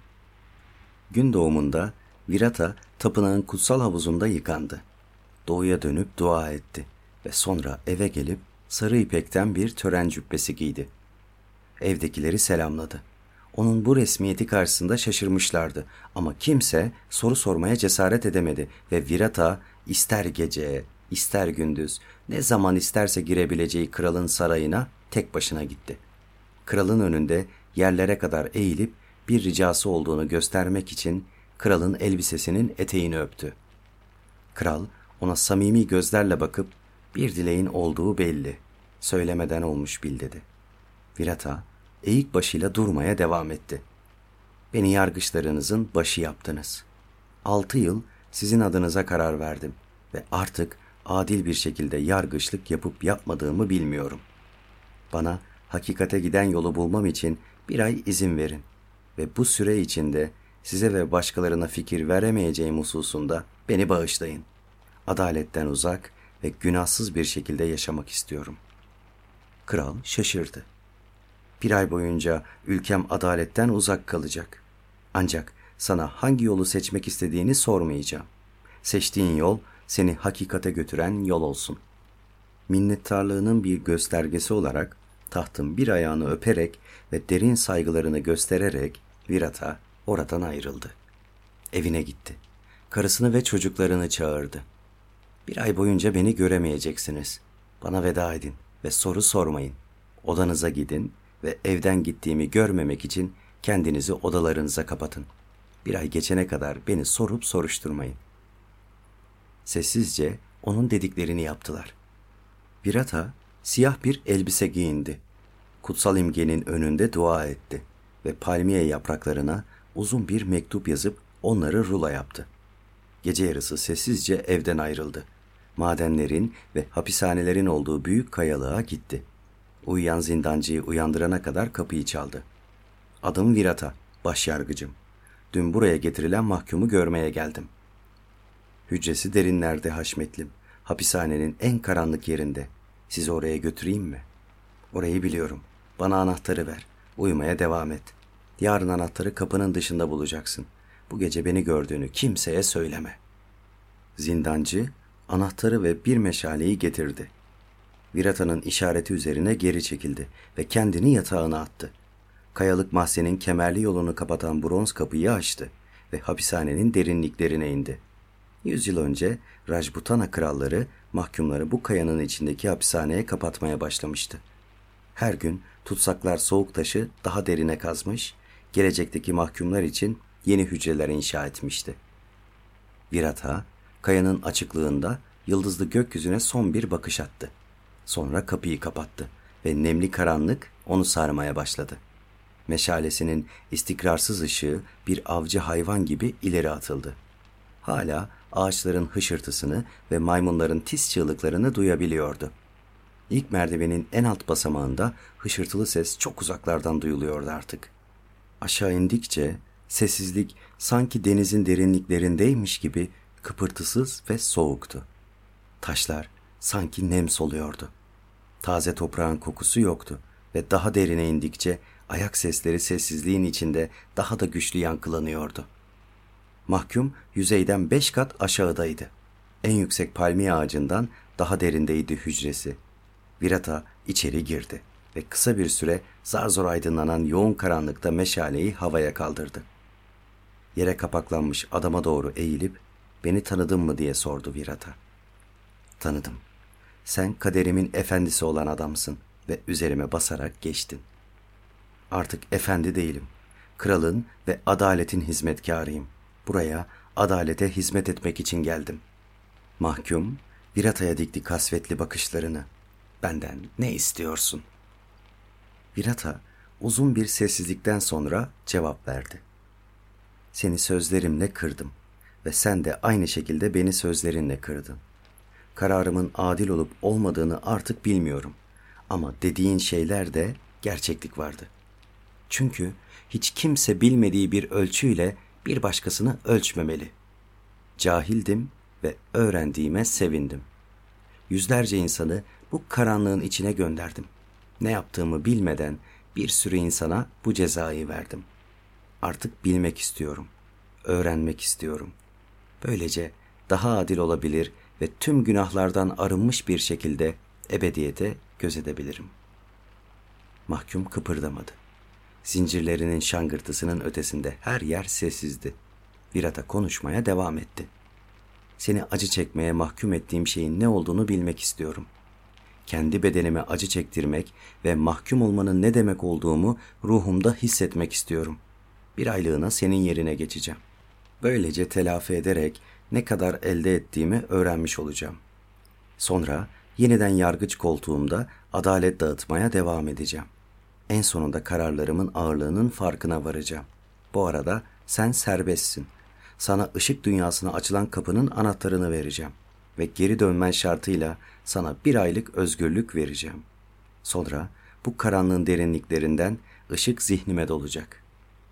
Gün doğumunda Virata tapınağın kutsal havuzunda yıkandı. Doğuya dönüp dua etti ve sonra eve gelip sarı ipekten bir tören cübbesi giydi. Evdekileri selamladı. Onun bu resmiyeti karşısında şaşırmışlardı ama kimse soru sormaya cesaret edemedi ve Virata ister gece, ister gündüz, ne zaman isterse girebileceği kralın sarayına tek başına gitti. Kralın önünde yerlere kadar eğilip bir ricası olduğunu göstermek için kralın elbisesinin eteğini öptü. Kral ona samimi gözlerle bakıp "Bir dileğin olduğu belli, söylemeden olmuş bil" dedi. Virata eğik başıyla durmaya devam etti. "Beni yargıçlarınızın başı yaptınız. 6 yıl sizin adınıza karar verdim ve artık adil bir şekilde yargıçlık yapıp yapmadığımı bilmiyorum. Bana hakikate giden yolu bulmam için 1 ay izin verin ve bu süre içinde size ve başkalarına fikir veremeyeceğim hususunda beni bağışlayın. Adaletten uzak ve günahsız bir şekilde yaşamak istiyorum." Kral şaşırdı. 1 ay boyunca ülkem adaletten uzak kalacak. Ancak sana hangi yolu seçmek istediğini sormayacağım. Seçtiğin yol seni hakikate götüren yol olsun. Minnettarlığının bir göstergesi olarak tahtın bir ayağını öperek ve derin saygılarını göstererek Virata oradan ayrıldı. Evine gitti. Karısını ve çocuklarını çağırdı. 1 ay boyunca beni göremeyeceksiniz. Bana veda edin ve soru sormayın. Odanıza gidin ve evden gittiğimi görmemek için kendinizi odalarınıza kapatın. 1 ay geçene kadar beni sorup soruşturmayın. Sessizce onun dediklerini yaptılar. Virata siyah bir elbise giyindi. kutsal imgenin önünde dua etti ve palmiye yapraklarına uzun bir mektup yazıp onları rulo yaptı. Gece yarısı sessizce evden ayrıldı. Madenlerin ve hapishanelerin olduğu büyük kayalığa gitti. Uyuyan zindancıyı uyandırana kadar kapıyı çaldı. Adım Virata, başyargıcım. Dün buraya getirilen mahkumu görmeye geldim. Hücresi derinlerde haşmetlim. Hapishanenin en karanlık yerinde. Sizi oraya götüreyim mi? Orayı biliyorum. Bana anahtarı ver. Uyumaya devam et. Yarın anahtarı kapının dışında bulacaksın. Bu gece beni gördüğünü kimseye söyleme. Zindancı anahtarı ve bir meşaleyi getirdi. Virata'nın işareti üzerine geri çekildi ve kendini yatağına attı. Kayalık mahzenin kemerli yolunu kapatan bronz kapıyı açtı ve hapishanenin derinliklerine indi. 100 yıl önce Rajputana kralları mahkumları bu kayanın içindeki hapishaneye kapatmaya başlamıştı. Her gün tutsaklar soğuk taşı daha derine kazmış, gelecekteki mahkumlar için yeni hücreler inşa etmişti. Virata, kayanın açıklığında yıldızlı gökyüzüne son bir bakış attı. Sonra kapıyı kapattı ve nemli karanlık onu sarmaya başladı. Meşalesinin istikrarsız ışığı bir avcı hayvan gibi ileri atıldı. Hala ağaçların hışırtısını ve maymunların tiz çığlıklarını duyabiliyordu. İlk merdivenin en alt basamağında hışırtılı ses çok uzaklardan duyuluyordu artık. Aşağı indikçe sessizlik sanki denizin derinliklerindeymiş gibi kıpırtısız ve soğuktu. Taşlar sanki nem soluyordu. Taze toprağın kokusu yoktu ve daha derine indikçe ayak sesleri sessizliğin içinde daha da güçlü yankılanıyordu. Mahkum yüzeyden 5 kat aşağıdaydı. En yüksek palmiye ağacından daha derindeydi hücresi. Virata içeri girdi ve kısa bir süre zar zor aydınlanan yoğun karanlıkta meşaleyi havaya kaldırdı. Yere kapaklanmış adama doğru eğilip "Beni tanıdın mı?" diye sordu Virata. "Tanıdım. Sen kaderimin efendisi olan adamsın ve üzerime basarak geçtin. Artık efendi değilim. Kralın ve adaletin hizmetkarıyım. Buraya adalete hizmet etmek için geldim." Mahkum Virata'ya dikti kasvetli bakışlarını. "Benden ne istiyorsun?" Virata uzun bir sessizlikten sonra cevap verdi. "Seni sözlerimle kırdım ve sen de aynı şekilde beni sözlerinle kırdın. Kararımın adil olup olmadığını artık bilmiyorum ama dediğin şeylerde gerçeklik vardı. Çünkü hiç kimse bilmediği bir ölçüyle bir başkasını ölçmemeli. Cahildim ve öğrendiğime sevindim. Yüzlerce insanı bu karanlığın içine gönderdim. Ne yaptığımı bilmeden bir sürü insana bu cezayı verdim. Artık bilmek istiyorum, öğrenmek istiyorum. Böylece daha adil olabilir ve tüm günahlardan arınmış bir şekilde ebediyete gözedebilirim." Mahkum kıpırdamadı. Zincirlerinin şangırtısının ötesinde her yer sessizdi. Virata konuşmaya devam etti. "Seni acı çekmeye mahkum ettiğim şeyin ne olduğunu bilmek istiyorum. Kendi bedenime acı çektirmek ve mahkum olmanın ne demek olduğumu ruhumda hissetmek istiyorum. Bir aylığına senin yerine geçeceğim. Böylece telafi ederek ne kadar elde ettiğimi öğrenmiş olacağım. Sonra yeniden yargıç koltuğumda adalet dağıtmaya devam edeceğim. En sonunda kararlarımın ağırlığının farkına varacağım. Bu arada sen serbestsin. Sana ışık dünyasına açılan kapının anahtarını vereceğim ve geri dönmen şartıyla sana 1 aylık özgürlük vereceğim. Sonra bu karanlığın derinliklerinden ışık zihnime dolacak."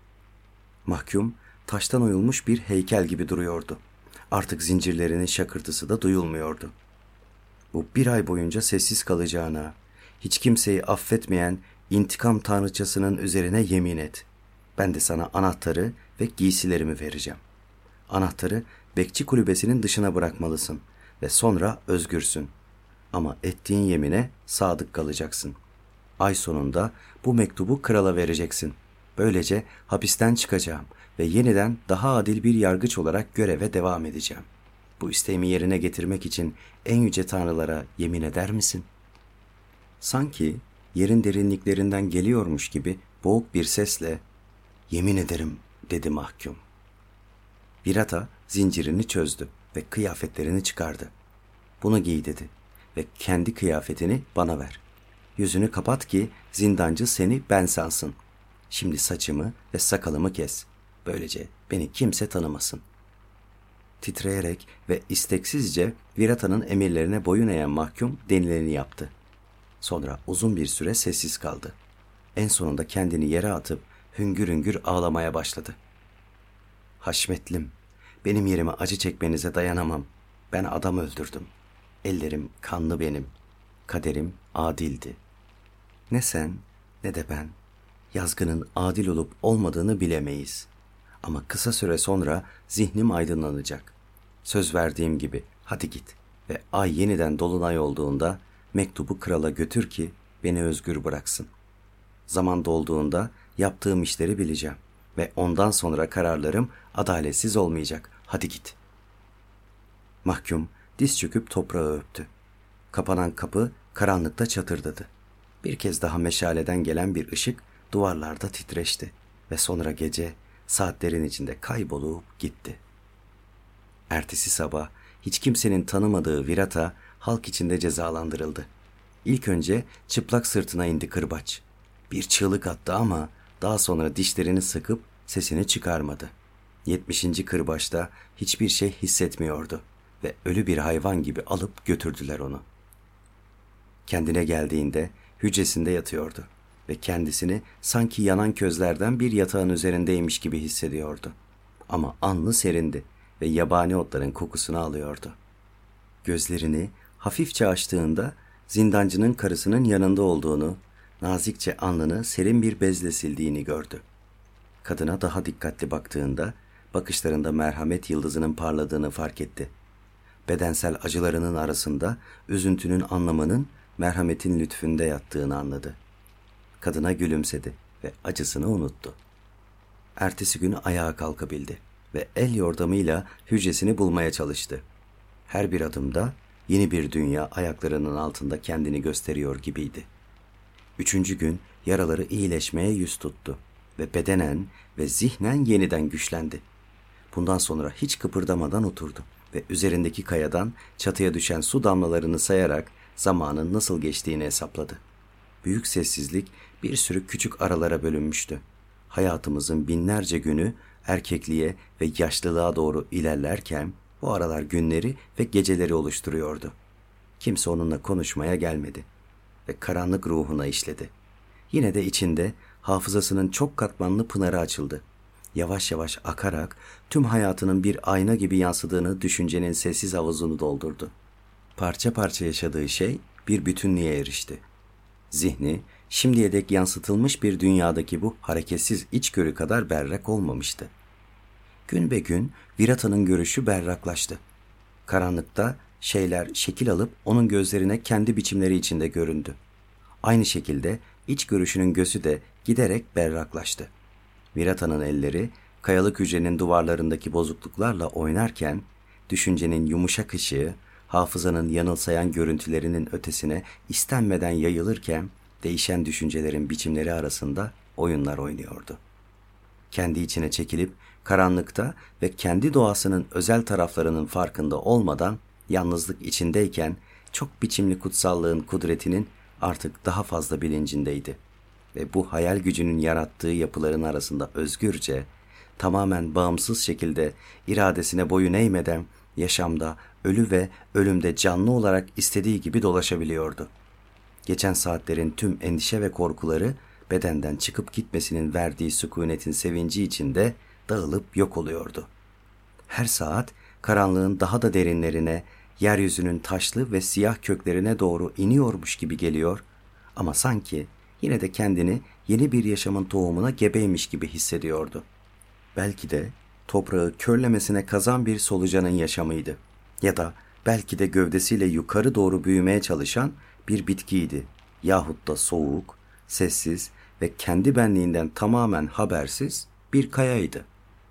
Mahkum taştan oyulmuş bir heykel gibi duruyordu. Artık zincirlerinin şakırtısı da duyulmuyordu. "Bu 1 ay boyunca sessiz kalacağına, hiç kimseyi affetmeyen intikam tanrıçasının üzerine yemin et. Ben de sana anahtarı ve giysilerimi vereceğim. Anahtarı bekçi kulübesinin dışına bırakmalısın ve sonra özgürsün. Ama ettiğin yemine sadık kalacaksın. Ay sonunda bu mektubu krala vereceksin. Böylece hapisten çıkacağım ve yeniden daha adil bir yargıç olarak göreve devam edeceğim. Bu isteğimi yerine getirmek için en yüce tanrılara yemin eder misin?" Sanki yerin derinliklerinden geliyormuş gibi boğuk bir sesle "Yemin ederim," dedi mahkum. Virata zincirini çözdü ve kıyafetlerini çıkardı. "Bunu giy," dedi, "ve kendi kıyafetini bana ver." Yüzünü kapat ki zindancı seni ben sansın. Şimdi saçımı ve sakalımı kes. Böylece beni kimse tanımasın. Titreyerek ve isteksizce Virata'nın emirlerine boyun eğen mahkum denileni yaptı. Sonra uzun bir süre sessiz kaldı. En sonunda kendini yere atıp hüngür hüngür ağlamaya başladı. Haşmetlim, benim yerime acı çekmenize dayanamam. Ben adam öldürdüm. Ellerim kanlı benim. Kaderim adildi. Ne sen ne de ben yazgının adil olup olmadığını bilemeyiz. Ama kısa süre sonra zihnim aydınlanacak. Söz verdiğim gibi hadi git ve ay yeniden dolunay olduğunda mektubu krala götür ki beni özgür bıraksın. Zaman dolduğunda yaptığım işleri bileceğim ve ondan sonra kararlarım adaletsiz olmayacak. Hadi git. Mahkum diz çöküp toprağı öptü. Kapanan kapı karanlıkta çatırdadı. Bir kez daha meşaleden gelen bir ışık duvarlarda titreşti ve sonra gece saatlerin içinde kaybolup gitti. Ertesi sabah hiç kimsenin tanımadığı Virata halk içinde cezalandırıldı. İlk önce çıplak sırtına indi kırbaç. Bir çığlık attı ama daha sonra dişlerini sıkıp sesini çıkarmadı. 70. kırbaçta hiçbir şey hissetmiyordu ve ölü bir hayvan gibi alıp götürdüler onu. Kendine geldiğinde hücresinde yatıyordu ve kendisini sanki yanan közlerden bir yatağın üzerindeymiş gibi hissediyordu. Ama alnı serindi ve yabani otların kokusunu alıyordu. Gözlerini hafifçe açtığında zindancının karısının yanında olduğunu, nazikçe alnını serin bir bezle sildiğini gördü. Kadına daha dikkatli baktığında bakışlarında merhamet yıldızının parladığını fark etti. Bedensel acılarının arasında üzüntünün anlamının merhametin lütfünde yattığını anladı. Kadına gülümsedi ve acısını unuttu. Ertesi günü ayağa kalkabildi ve el yordamıyla hücresini bulmaya çalıştı. Her bir adımda yeni bir dünya ayaklarının altında kendini gösteriyor gibiydi. 3. gün yaraları iyileşmeye yüz tuttu ve bedenen ve zihnen yeniden güçlendi. Bundan sonra hiç kıpırdamadan oturdu ve üzerindeki kayadan çatıya düşen su damlalarını sayarak zamanın nasıl geçtiğini hesapladı. Büyük sessizlik bir sürü küçük aralara bölünmüştü. Hayatımızın binlerce günü erkekliğe ve yaşlılığa doğru ilerlerken bu aralar günleri ve geceleri oluşturuyordu. Kimse onunla konuşmaya gelmedi ve karanlık ruhuna işledi. Yine de içinde hafızasının çok katmanlı pınarı açıldı. Yavaş yavaş akarak tüm hayatının bir ayna gibi yansıdığını düşüncenin sessiz havuzunu doldurdu. Parça parça yaşadığı şey bir bütünlüğe erişti. Zihni şimdiye dek yansıtılmış bir dünyadaki bu hareketsiz içgörü kadar berrak olmamıştı. Gün be gün Virata'nın görüşü berraklaştı. Karanlıkta şeyler şekil alıp onun gözlerine kendi biçimleri içinde göründü. Aynı şekilde iç görüşünün gözü de giderek berraklaştı. Virata'nın elleri kayalık hücrenin duvarlarındaki bozukluklarla oynarken düşüncenin yumuşak ışığı hafızanın yanılsayan görüntülerinin ötesine istenmeden yayılırken değişen düşüncelerin biçimleri arasında oyunlar oynuyordu. Kendi içine çekilip karanlıkta ve kendi doğasının özel taraflarının farkında olmadan yalnızlık içindeyken çok biçimli kutsallığın kudretinin artık daha fazla bilincindeydi. Ve bu hayal gücünün yarattığı yapıların arasında özgürce, tamamen bağımsız şekilde iradesine boyun eğmeden yaşamda, ölü ve ölümde canlı olarak istediği gibi dolaşabiliyordu. Geçen saatlerin tüm endişe ve korkuları bedenden çıkıp gitmesinin verdiği sükunetin sevinci içinde dağılıp yok oluyordu. Her saat karanlığın daha da derinlerine, yeryüzünün taşlı ve siyah köklerine doğru iniyormuş gibi geliyor ama sanki yine de kendini yeni bir yaşamın tohumuna gebeymiş gibi hissediyordu. Belki de toprağı körlemesine kazan bir solucanın yaşamıydı. Ya da belki de gövdesiyle yukarı doğru büyümeye çalışan bir bitkiydi. Yahut da soğuk, sessiz ve kendi benliğinden tamamen habersiz bir kayaydı.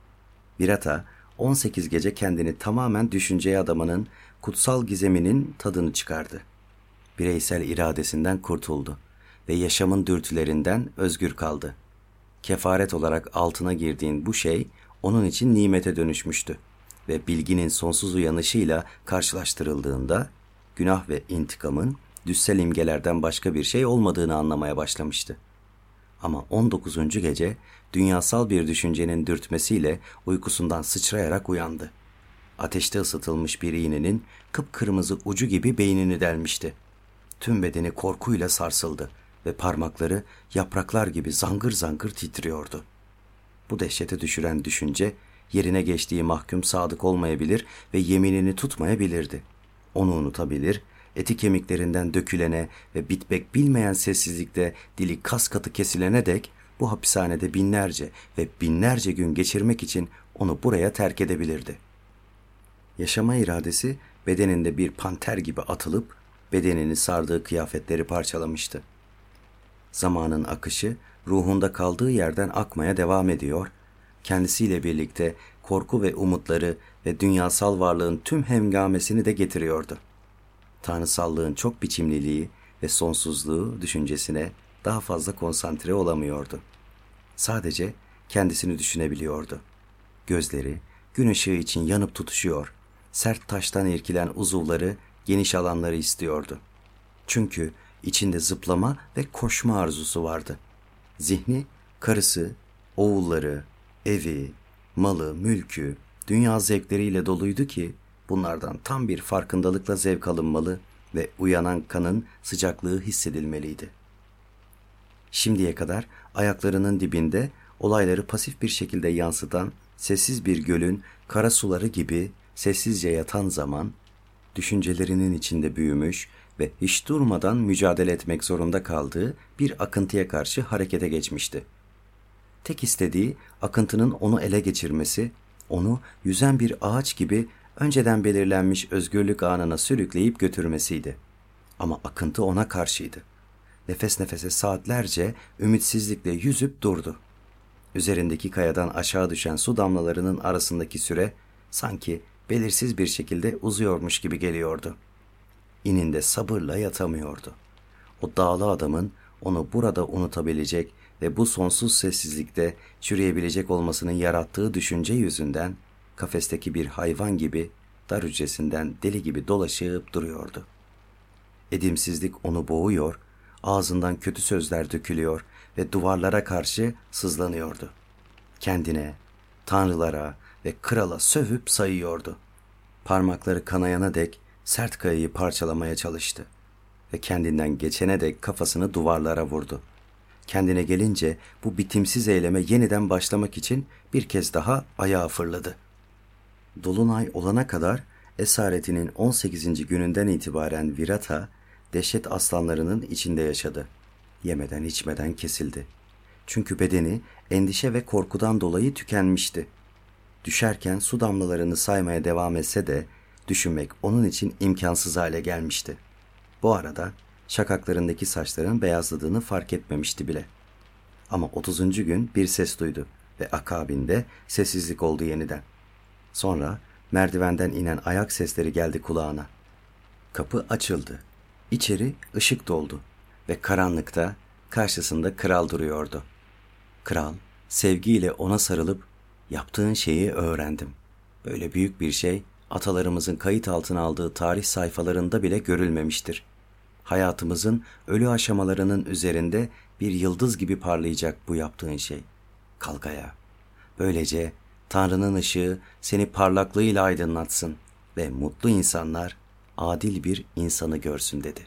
Virata 18 gece kendini tamamen düşünceye adamanın kutsal gizeminin tadını çıkardı. Bireysel iradesinden kurtuldu ve yaşamın dürtülerinden özgür kaldı. Kefaret olarak altına girdiğin bu şey onun için nimete dönüşmüştü ve bilginin sonsuz uyanışıyla karşılaştırıldığında günah ve intikamın Düşsel imgelerden başka bir şey olmadığını anlamaya başlamıştı. Ama 19. gece dünyasal bir düşüncenin dürtmesiyle uykusundan sıçrayarak uyandı. Ateşte ısıtılmış bir iğnenin kıpkırmızı ucu gibi beynini delmişti. Tüm bedeni korkuyla sarsıldı ve parmakları yapraklar gibi zangır zangır titriyordu. Bu dehşete düşüren düşünce, yerine geçtiği mahkum sadık olmayabilir ve yeminini tutmayabilirdi. Onu unutabilir, eti kemiklerinden dökülene ve bitmek bilmeyen sessizlikte dili kas katı kesilene dek bu hapishanede binlerce ve binlerce gün geçirmek için onu buraya terk edebilirdi. Yaşama iradesi bedeninde bir panter gibi atılıp bedenini sardığı kıyafetleri parçalamıştı. Zamanın akışı ruhunda kaldığı yerden akmaya devam ediyor, kendisiyle birlikte korku ve umutları ve dünyasal varlığın tüm hengamesini de getiriyordu. Tanrısallığın çok biçimliliği ve sonsuzluğu düşüncesine daha fazla konsantre olamıyordu. Sadece kendisini düşünebiliyordu. Gözleri gün ışığı için yanıp tutuşuyor, sert taştan irkilen uzuvları geniş alanları istiyordu. Çünkü içinde zıplama ve koşma arzusu vardı. Zihni, karısı, oğulları, evi, malı, mülkü, dünya zevkleriyle doluydu ki bunlardan tam bir farkındalıkla zevk alınmalı ve uyanan kanın sıcaklığı hissedilmeliydi. Şimdiye kadar ayaklarının dibinde olayları pasif bir şekilde yansıtan sessiz bir gölün kara suları gibi sessizce yatan zaman, düşüncelerinin içinde büyümüş ve hiç durmadan mücadele etmek zorunda kaldığı bir akıntıya karşı harekete geçmişti. Tek istediği akıntının onu ele geçirmesi, onu yüzen bir ağaç gibi önceden belirlenmiş özgürlük anına sürükleyip götürmesiydi. Ama akıntı ona karşıydı. Nefes nefese saatlerce ümitsizlikle yüzüp durdu. Üzerindeki kayadan aşağı düşen su damlalarının arasındaki süre sanki belirsiz bir şekilde uzuyormuş gibi geliyordu. İninde sabırla yatamıyordu. O dağlı adamın onu burada unutabilecek ve bu sonsuz sessizlikte çürüyebilecek olmasının yarattığı düşünce yüzünden kafesteki bir hayvan gibi dar hücresinden deli gibi dolaşıp duruyordu. Edimsizlik onu boğuyor, ağzından kötü sözler dökülüyor ve duvarlara karşı sızlanıyordu. Kendine, tanrılara ve krala sövüp sayıyordu. Parmakları kanayana dek sert kayayı parçalamaya çalıştı ve kendinden geçene dek kafasını duvarlara vurdu. Kendine gelince bu bitimsiz eyleme yeniden başlamak için bir kez daha ayağa fırladı. Dolunay olana kadar esaretinin 18. gününden itibaren Virata, dehşet aslanlarının içinde yaşadı. Yemeden içmeden kesildi. Çünkü bedeni endişe ve korkudan dolayı tükenmişti. Düşerken su damlalarını saymaya devam etse de düşünmek onun için imkansız hale gelmişti. Bu arada şakaklarındaki saçların beyazladığını fark etmemişti bile. Ama 30. gün bir ses duydu ve akabinde sessizlik oldu yeniden. Sonra merdivenden inen ayak sesleri geldi kulağına. Kapı açıldı. İçeri ışık doldu ve karanlıkta karşısında kral duruyordu. Kral sevgiyle ona sarılıp "Yaptığın şeyi öğrendim. Böyle büyük bir şey atalarımızın kayıt altına aldığı tarih sayfalarında bile görülmemiştir. Hayatımızın ölü aşamalarının üzerinde bir yıldız gibi parlayacak bu yaptığın şey. Kalk ayağa. Böylece Tanrı'nın ışığı seni parlaklığıyla aydınlatsın ve mutlu insanlar adil bir insanı görsün" dedi.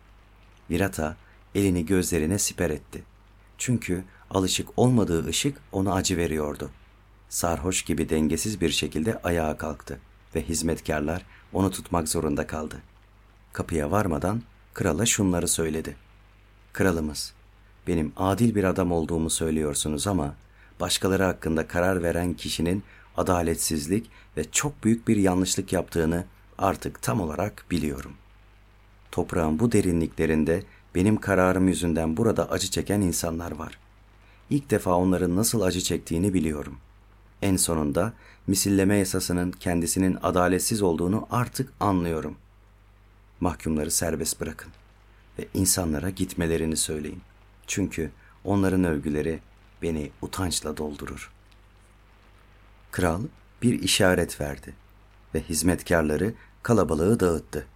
Virata elini gözlerine siper etti. Çünkü alışık olmadığı ışık ona acı veriyordu. Sarhoş gibi dengesiz bir şekilde ayağa kalktı ve hizmetkarlar onu tutmak zorunda kaldı. Kapıya varmadan krala şunları söyledi. "Kralımız, benim adil bir adam olduğumu söylüyorsunuz ama başkaları hakkında karar veren kişinin adaletsizlik ve çok büyük bir yanlışlık yaptığını artık tam olarak biliyorum. Toprağın bu derinliklerinde benim kararım yüzünden burada acı çeken insanlar var. İlk defa onların nasıl acı çektiğini biliyorum. En sonunda misilleme yasasının kendisinin adaletsiz olduğunu artık anlıyorum. Mahkumları serbest bırakın ve insanlara gitmelerini söyleyin. Çünkü onların övgüleri beni utançla doldurur." Kral bir işaret verdi ve hizmetkarları kalabalığı dağıttı.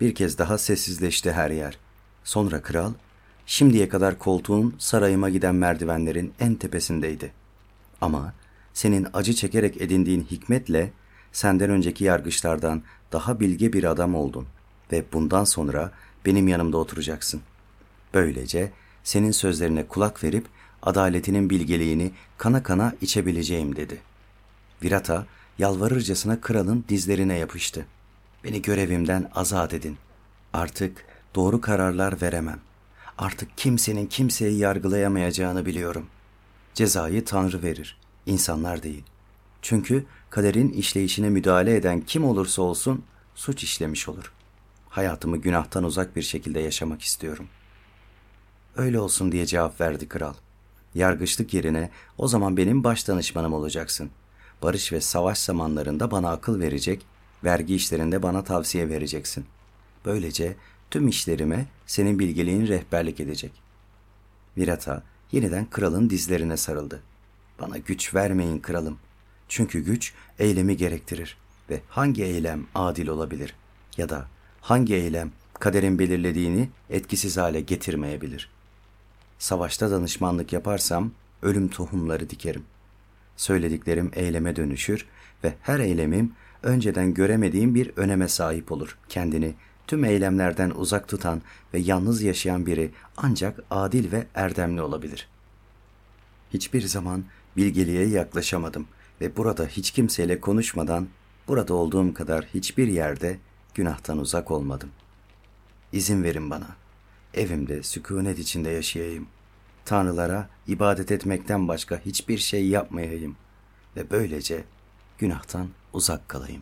Bir kez daha sessizleşti her yer. Sonra kral, şimdiye kadar koltuğun sarayıma giden merdivenlerin en tepesindeydi. Ama senin acı çekerek edindiğin hikmetle senden önceki yargıçlardan daha bilge bir adam oldun ve bundan sonra benim yanımda oturacaksın. Böylece senin sözlerine kulak verip adaletinin bilgeliğini kana kana içebileceğim dedi. Virata yalvarırcasına kralın dizlerine yapıştı. Beni görevimden azat edin. Artık doğru kararlar veremem. Artık kimsenin kimseyi yargılayamayacağını biliyorum. Cezayı Tanrı verir, insanlar değil. Çünkü kaderin işleyişine müdahale eden kim olursa olsun suç işlemiş olur. Hayatımı günahtan uzak bir şekilde yaşamak istiyorum. Öyle olsun diye cevap verdi kral. Yargıçlık yerine o zaman benim baş danışmanım olacaksın. Barış ve savaş zamanlarında bana akıl verecek, vergi işlerinde bana tavsiye vereceksin. Böylece tüm işlerime senin bilgeliğin rehberlik edecek. Virata yeniden kralın dizlerine sarıldı. Bana güç vermeyin kralım. Çünkü güç eylemi gerektirir ve hangi eylem adil olabilir ya da hangi eylem kaderin belirlediğini etkisiz hale getirmeyebilir. Savaşta danışmanlık yaparsam ölüm tohumları dikerim. Söylediklerim eyleme dönüşür ve her eylemim önceden göremediğim bir öneme sahip olur. Kendini tüm eylemlerden uzak tutan ve yalnız yaşayan biri ancak adil ve erdemli olabilir. Hiçbir zaman bilgeliğe yaklaşamadım ve burada hiç kimseyle konuşmadan burada olduğum kadar hiçbir yerde günahtan uzak olmadım. İzin verin bana. Evimde sükûnet içinde yaşayayım. Tanrılara ibadet etmekten başka hiçbir şey yapmayayım ve böylece günahtan uzak kalayım.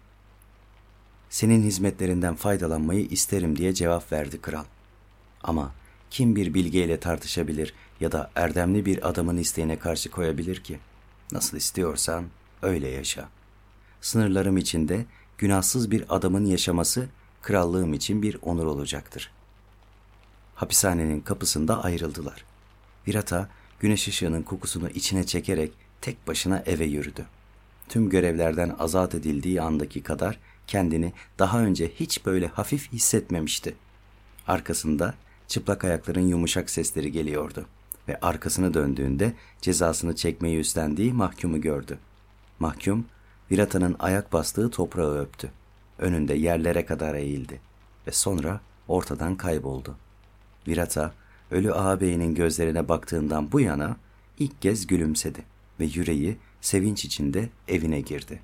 Senin hizmetlerinden faydalanmayı isterim diye cevap verdi kral. Ama kim bir bilgeyle tartışabilir ya da erdemli bir adamın isteğine karşı koyabilir ki? Nasıl istiyorsan öyle yaşa. Sınırlarım içinde günahsız bir adamın yaşaması krallığım için bir onur olacaktır. Hapishanenin kapısında ayrıldılar. Virata güneş ışığının kokusunu içine çekerek tek başına eve yürüdü. Tüm görevlerden azat edildiği andaki kadar kendini daha önce hiç böyle hafif hissetmemişti. Arkasında çıplak ayakların yumuşak sesleri geliyordu ve arkasını döndüğünde cezasını çekmeyi üstlendiği mahkumu gördü. Mahkum, Virata'nın ayak bastığı toprağı öptü. Önünde yerlere kadar eğildi ve sonra ortadan kayboldu. Virata, ölü ağabeyinin gözlerine baktığından bu yana ilk kez gülümsedi ve yüreği sevinç içinde evine girdi.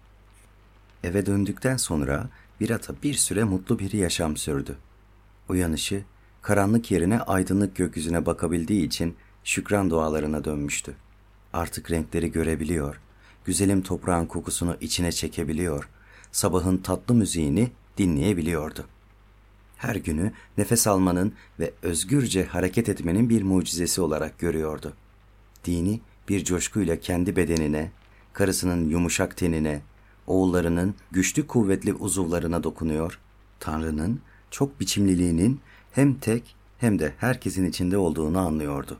Eve döndükten sonra Virata bir süre mutlu bir yaşam sürdü. Uyanışı, karanlık yerine aydınlık gökyüzüne bakabildiği için şükran dualarına dönmüştü. Artık renkleri görebiliyor, güzelim toprağın kokusunu içine çekebiliyor, sabahın tatlı müziğini dinleyebiliyordu. Her günü nefes almanın ve özgürce hareket etmenin bir mucizesi olarak görüyordu. Dini bir coşkuyla kendi bedenine, karısının yumuşak tenine, oğullarının güçlü kuvvetli uzuvlarına dokunuyor, Tanrı'nın çok biçimliliğinin hem tek hem de herkesin içinde olduğunu anlıyordu.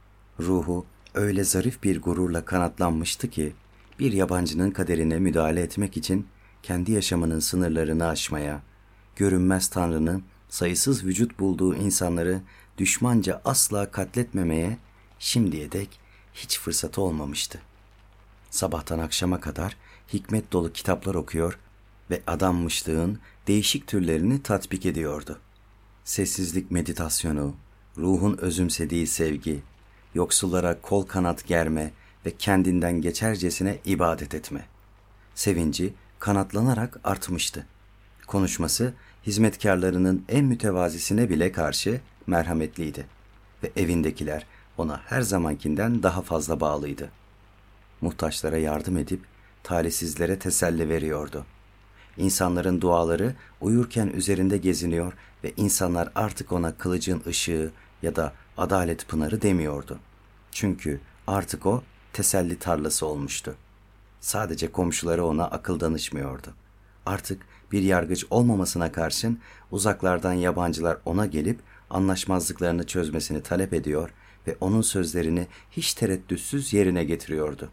Ruhu öyle zarif bir gururla kanatlanmıştı ki, bir yabancının kaderine müdahale etmek için kendi yaşamının sınırlarını aşmaya, görünmez Tanrı'nın sayısız vücut bulduğu insanları düşmanca asla katletmemeye şimdiye dek hiç fırsatı olmamıştı. Sabahtan akşama kadar hikmet dolu kitaplar okuyor ve adanmışlığın değişik türlerini tatbik ediyordu. Sessizlik meditasyonu, ruhun özümsediği sevgi, yoksullara kol kanat germe ve kendinden geçercesine ibadet etme. Sevinci kanatlanarak artmıştı. Konuşması hizmetkarlarının en mütevazisine bile karşı merhametliydi ve evindekiler ona her zamankinden daha fazla bağlıydı. Muhtaçlara yardım edip talihsizlere teselli veriyordu. İnsanların duaları uyurken üzerinde geziniyor ve insanlar artık ona kılıcın ışığı ya da adalet pınarı demiyordu. Çünkü artık o teselli tarlası olmuştu. Sadece komşuları ona akıl danışmıyordu. Artık bir yargıç olmamasına karşın uzaklardan yabancılar ona gelip anlaşmazlıklarını çözmesini talep ediyor ve onun sözlerini hiç tereddütsüz yerine getiriyordu.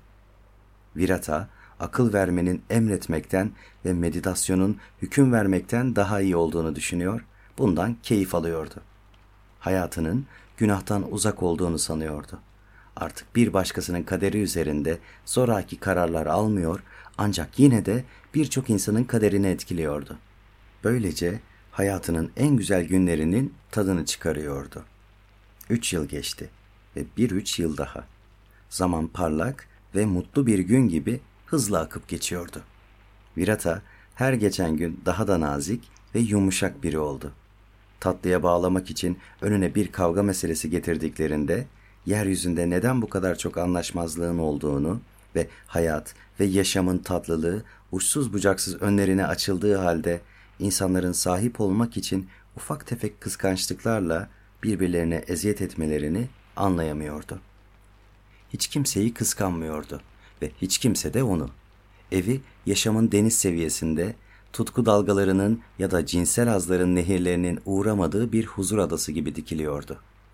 Virata, akıl vermenin emretmekten ve meditasyonun hüküm vermekten daha iyi olduğunu düşünüyor, bundan keyif alıyordu. Hayatının günahtan uzak olduğunu sanıyordu. Artık bir başkasının kaderi üzerinde zoraki kararlar almıyor, ancak yine de birçok insanın kaderini etkiliyordu. Böylece hayatının en güzel günlerinin tadını çıkarıyordu. 3 yıl geçti ve 3 yıl daha. Zaman parlak ve mutlu bir gün gibi hızla akıp geçiyordu. Virata her geçen gün daha da nazik ve yumuşak biri oldu. Tatlıya bağlamak için önüne bir kavga meselesi getirdiklerinde yeryüzünde neden bu kadar çok anlaşmazlığın olduğunu ve hayat ve yaşamın tatlılığı uçsuz bucaksız önlerine açıldığı halde insanların sahip olmak için ufak tefek kıskançlıklarla birbirlerine eziyet etmelerini anlayamıyordu. Hiç kimseyi kıskanmıyordu ve hiç kimse de onu. Evi yaşamın deniz seviyesinde, tutku dalgalarının ya da cinsel hazların nehirlerinin uğramadığı bir huzur adası gibi dikiliyordu.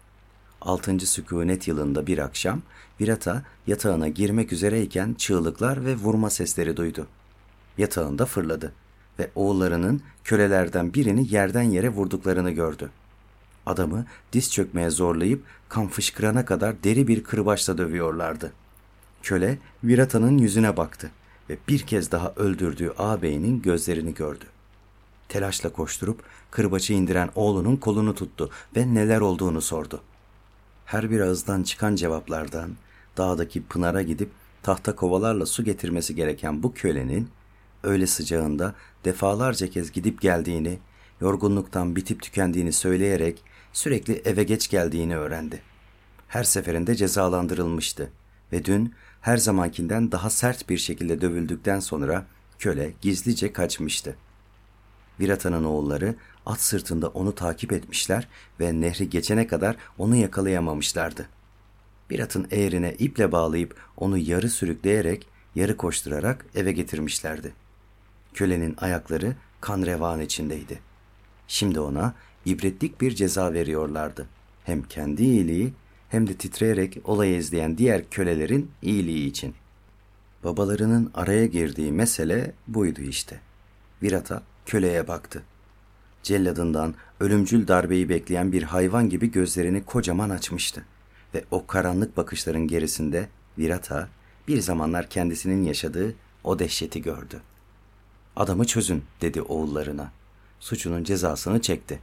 6. sükunet yılında bir akşam Virata yatağına girmek üzereyken çığlıklar ve vurma sesleri duydu. Yatağında fırladı ve oğullarının kölelerden birini yerden yere vurduklarını gördü. Adamı diz çökmeye zorlayıp kan fışkırana kadar deri bir kırbaçla dövüyorlardı. Köle Virata'nın yüzüne baktı ve bir kez daha öldürdüğü ağabeyinin gözlerini gördü. Telaşla koşturup kırbaçı indiren oğlunun kolunu tuttu ve neler olduğunu sordu. Her bir ağızdan çıkan cevaplardan dağdaki pınara gidip tahta kovalarla su getirmesi gereken bu kölenin öğle sıcağında defalarca kez gidip geldiğini, yorgunluktan bitip tükendiğini söyleyerek sürekli eve geç geldiğini öğrendi. Her seferinde cezalandırılmıştı ve dün her zamankinden daha sert bir şekilde dövüldükten sonra köle gizlice kaçmıştı. Virata'nın oğulları at sırtında onu takip etmişler ve nehri geçene kadar onu yakalayamamışlardı. Bir atın eğrine iple bağlayıp onu yarı sürükleyerek, yarı koşturarak eve getirmişlerdi. Kölenin ayakları kan revan içindeydi. Şimdi ona ibretlik bir ceza veriyorlardı. Hem kendi iyiliği hem de titreyerek olayı izleyen diğer kölelerin iyiliği için. Babalarının araya girdiği mesele buydu işte. Virata köleye baktı. Celladından ölümcül darbeyi bekleyen bir hayvan gibi gözlerini kocaman açmıştı. Ve o karanlık bakışların gerisinde Virata bir zamanlar kendisinin yaşadığı o dehşeti gördü. "Adamı çözün," dedi oğullarına. Suçunun cezasını çekti.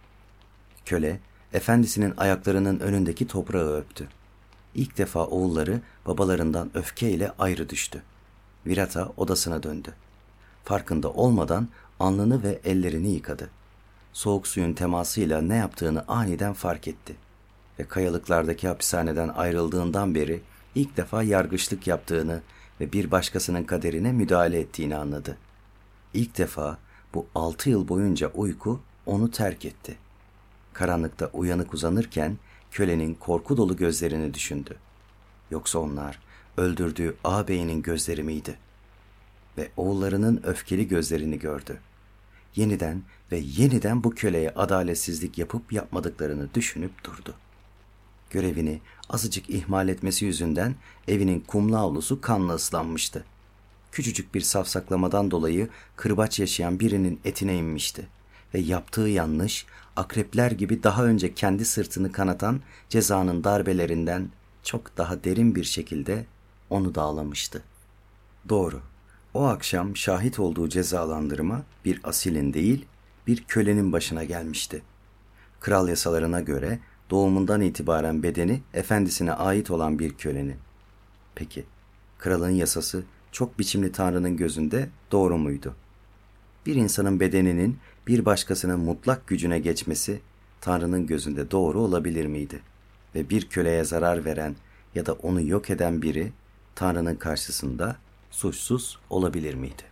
Köle, efendisinin ayaklarının önündeki toprağı öptü. İlk defa oğulları babalarından öfkeyle ayrı düştü. Virata odasına döndü. Farkında olmadan alnını ve ellerini yıkadı. Soğuk suyun temasıyla ne yaptığını aniden fark etti. Ve kayalıklardaki hapishaneden ayrıldığından beri ilk defa yargıçlık yaptığını ve bir başkasının kaderine müdahale ettiğini anladı. İlk defa bu 6 yıl boyunca uyku onu terk etti. Karanlıkta uyanık uzanırken kölenin korku dolu gözlerini düşündü. Yoksa onlar öldürdüğü ağabeyinin gözleri miydi? Ve oğullarının öfkeli gözlerini gördü. Yeniden ve yeniden bu köleye adaletsizlik yapıp yapmadıklarını düşünüp durdu. Görevini azıcık ihmal etmesi yüzünden evinin kumlu avlusu kanla ıslanmıştı. Küçücük bir safsaklamadan dolayı kırbaç yaşayan birinin etine inmişti ve yaptığı yanlış, akrepler gibi daha önce kendi sırtını kanatan cezanın darbelerinden çok daha derin bir şekilde onu dağlamıştı. Doğru, o akşam şahit olduğu cezalandırma bir asilin değil, bir kölenin başına gelmişti. Kral yasalarına göre doğumundan itibaren bedeni efendisine ait olan bir kölenin. Peki, kralın yasası çok biçimli Tanrı'nın gözünde doğru muydu? Bir insanın bedeninin bir başkasının mutlak gücüne geçmesi Tanrı'nın gözünde doğru olabilir miydi? Ve bir köleye zarar veren ya da onu yok eden biri Tanrı'nın karşısında suçsuz olabilir miydi?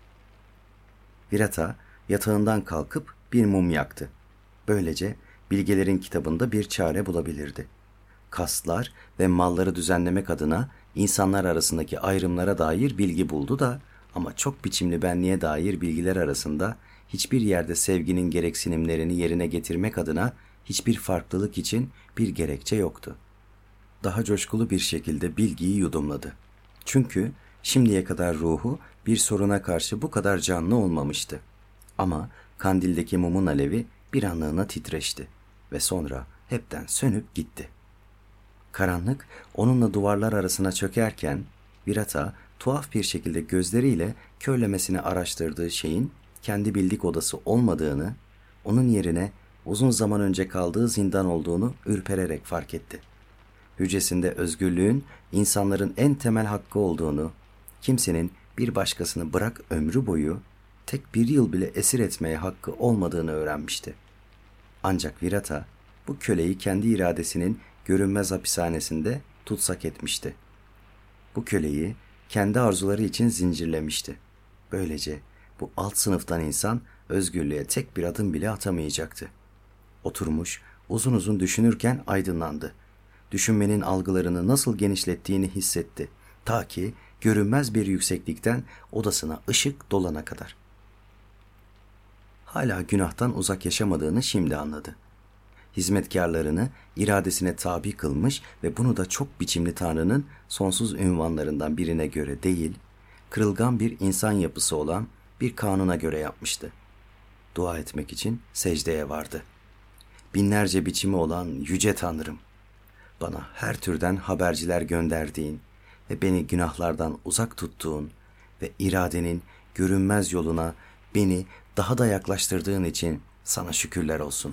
Virata yatağından kalkıp bir mum yaktı. Böylece bilgelerin kitabında bir çare bulabilirdi. Kastlar ve malları düzenlemek adına insanlar arasındaki ayrımlara dair bilgi buldu da ama çok biçimli benliğe dair bilgiler arasında hiçbir yerde sevginin gereksinimlerini yerine getirmek adına hiçbir farklılık için bir gerekçe yoktu. Daha coşkulu bir şekilde bilgiyi yudumladı. Çünkü şimdiye kadar ruhu bir soruna karşı bu kadar canlı olmamıştı. Ama kandildeki mumun alevi bir anlığına titreşti ve sonra hepten sönüp gitti. Karanlık onunla duvarlar arasına çökerken Virata tuhaf bir şekilde gözleriyle körlemesini araştırdığı şeyin kendi bildik odası olmadığını, onun yerine uzun zaman önce kaldığı zindan olduğunu ürpererek fark etti. Hücresinde özgürlüğün insanların en temel hakkı olduğunu, kimsenin bir başkasını bırak ömrü boyu tek bir yıl bile esir etmeye hakkı olmadığını öğrenmişti. Ancak Virata bu köleyi kendi iradesinin görünmez hapishanesinde tutsak etmişti. Bu köleyi kendi arzuları için zincirlemişti. Böylece bu alt sınıftan insan özgürlüğe tek bir adım bile atamayacaktı. Oturmuş uzun uzun düşünürken aydınlandı. Düşünmenin algılarını nasıl genişlettiğini hissetti. Ta ki görünmez bir yükseklikten odasına ışık dolana kadar. Hala günahtan uzak yaşamadığını şimdi anladı. Hizmetkarlarını iradesine tabi kılmış ve bunu da çok biçimli Tanrı'nın sonsuz ünvanlarından birine göre değil, kırılgan bir insan yapısı olan bir kanuna göre yapmıştı. Dua etmek için secdeye vardı. Binlerce biçimi olan yüce Tanrım, bana her türden haberciler gönderdiğin ve beni günahlardan uzak tuttuğun ve iradenin görünmez yoluna beni daha da yaklaştırdığın için sana şükürler olsun.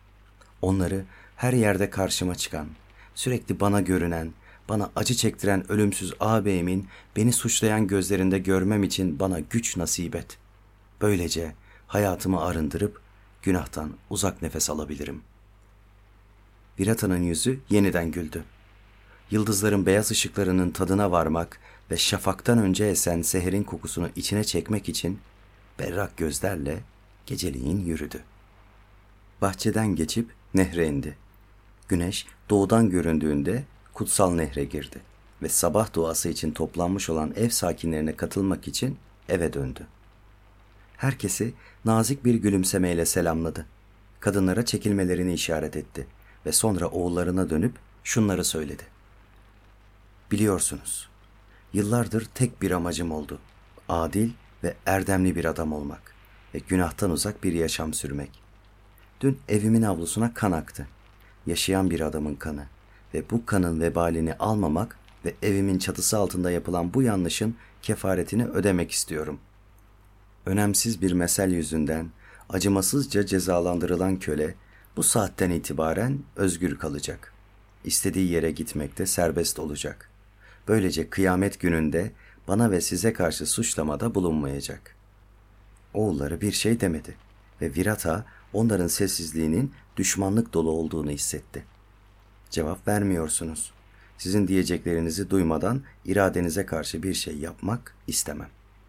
Onları her yerde karşıma çıkan, sürekli bana görünen, bana acı çektiren ölümsüz ağabeyimin beni suçlayan gözlerinde görmem için bana güç nasip et. Böylece hayatımı arındırıp günahtan uzak nefes alabilirim. Virata'nın yüzü yeniden güldü. Yıldızların beyaz ışıklarının tadına varmak ve şafaktan önce esen seherin kokusunu içine çekmek için berrak gözlerle geceliğin yürüdü. Bahçeden geçip nehre indi. Güneş doğudan göründüğünde kutsal nehre girdi ve sabah duası için toplanmış olan ev sakinlerine katılmak için eve döndü. Herkesi nazik bir gülümsemeyle selamladı. Kadınlara çekilmelerini işaret etti ve sonra oğullarına dönüp şunları söyledi. Biliyorsunuz, yıllardır tek bir amacım oldu. Adil ve erdemli bir adam olmak ve günahtan uzak bir yaşam sürmek. Dün evimin avlusuna kan aktı. Yaşayan bir adamın kanı ve bu kanın vebalini almamak ve evimin çatısı altında yapılan bu yanlışın kefaretini ödemek istiyorum. Önemsiz bir mesel yüzünden acımasızca cezalandırılan köle bu saatten itibaren özgür kalacak. İstediği yere gitmekte serbest olacak. Böylece kıyamet gününde bana ve size karşı suçlamada bulunmayacak. Oğulları bir şey demedi ve Virata onların sessizliğinin düşmanlık dolu olduğunu hissetti. Cevap vermiyorsunuz. Sizin diyeceklerinizi duymadan iradenize karşı bir şey yapmak istemem.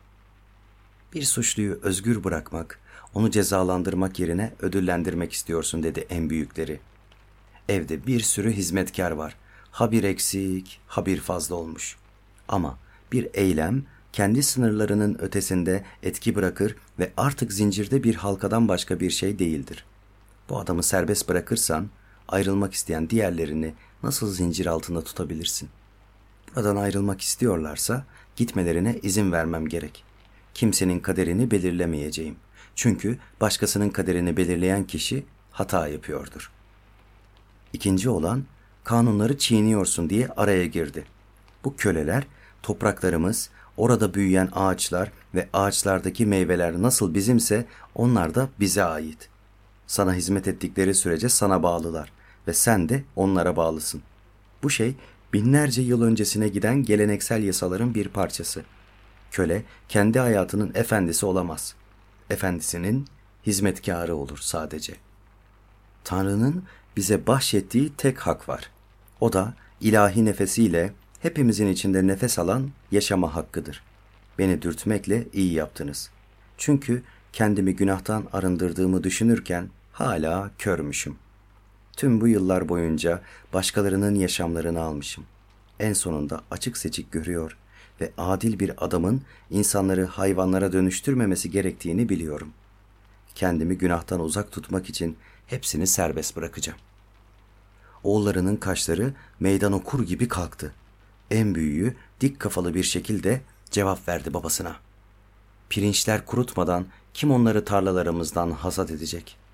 Bir suçluyu özgür bırakmak, onu cezalandırmak yerine ödüllendirmek istiyorsun dedi en büyükleri. Evde bir sürü hizmetkar var. Ha bir eksik, ha bir fazla olmuş. Ama bir eylem kendi sınırlarının ötesinde etki bırakır ve artık zincirde bir halkadan başka bir şey değildir. Bu adamı serbest bırakırsan ayrılmak isteyen diğerlerini nasıl zincir altında tutabilirsin? Buradan ayrılmak istiyorlarsa gitmelerine izin vermem gerek. Kimsenin kaderini belirlemeyeceğim. Çünkü başkasının kaderini belirleyen kişi hata yapıyordur. İkinci olan kanunları çiğniyorsun diye araya girdi. Bu köleler topraklarımız, orada büyüyen ağaçlar ve ağaçlardaki meyveler nasıl bizimse onlar da bize ait. Sana hizmet ettikleri sürece sana bağlılar ve sen de onlara bağlısın. Bu şey binlerce yıl öncesine giden geleneksel yasaların bir parçası. Köle kendi hayatının efendisi olamaz. Efendisinin hizmetkarı olur sadece. Tanrı'nın bize bahşettiği tek hak var. O da ilahi nefesiyle hepimizin içinde nefes alan yaşama hakkıdır. Beni dürtmekle iyi yaptınız. Çünkü kendimi günahtan arındırdığımı düşünürken hala körmüşüm. Tüm bu yıllar boyunca başkalarının yaşamlarını almışım. En sonunda açık seçik görüyor ve adil bir adamın insanları hayvanlara dönüştürmemesi gerektiğini biliyorum. Kendimi günahtan uzak tutmak için hepsini serbest bırakacağım. Oğullarının kaşları meydan okur gibi kalktı. En büyüğü dik kafalı bir şekilde cevap verdi babasına. Pirinçler kurutmadan kim onları tarlalarımızdan hasat edecek?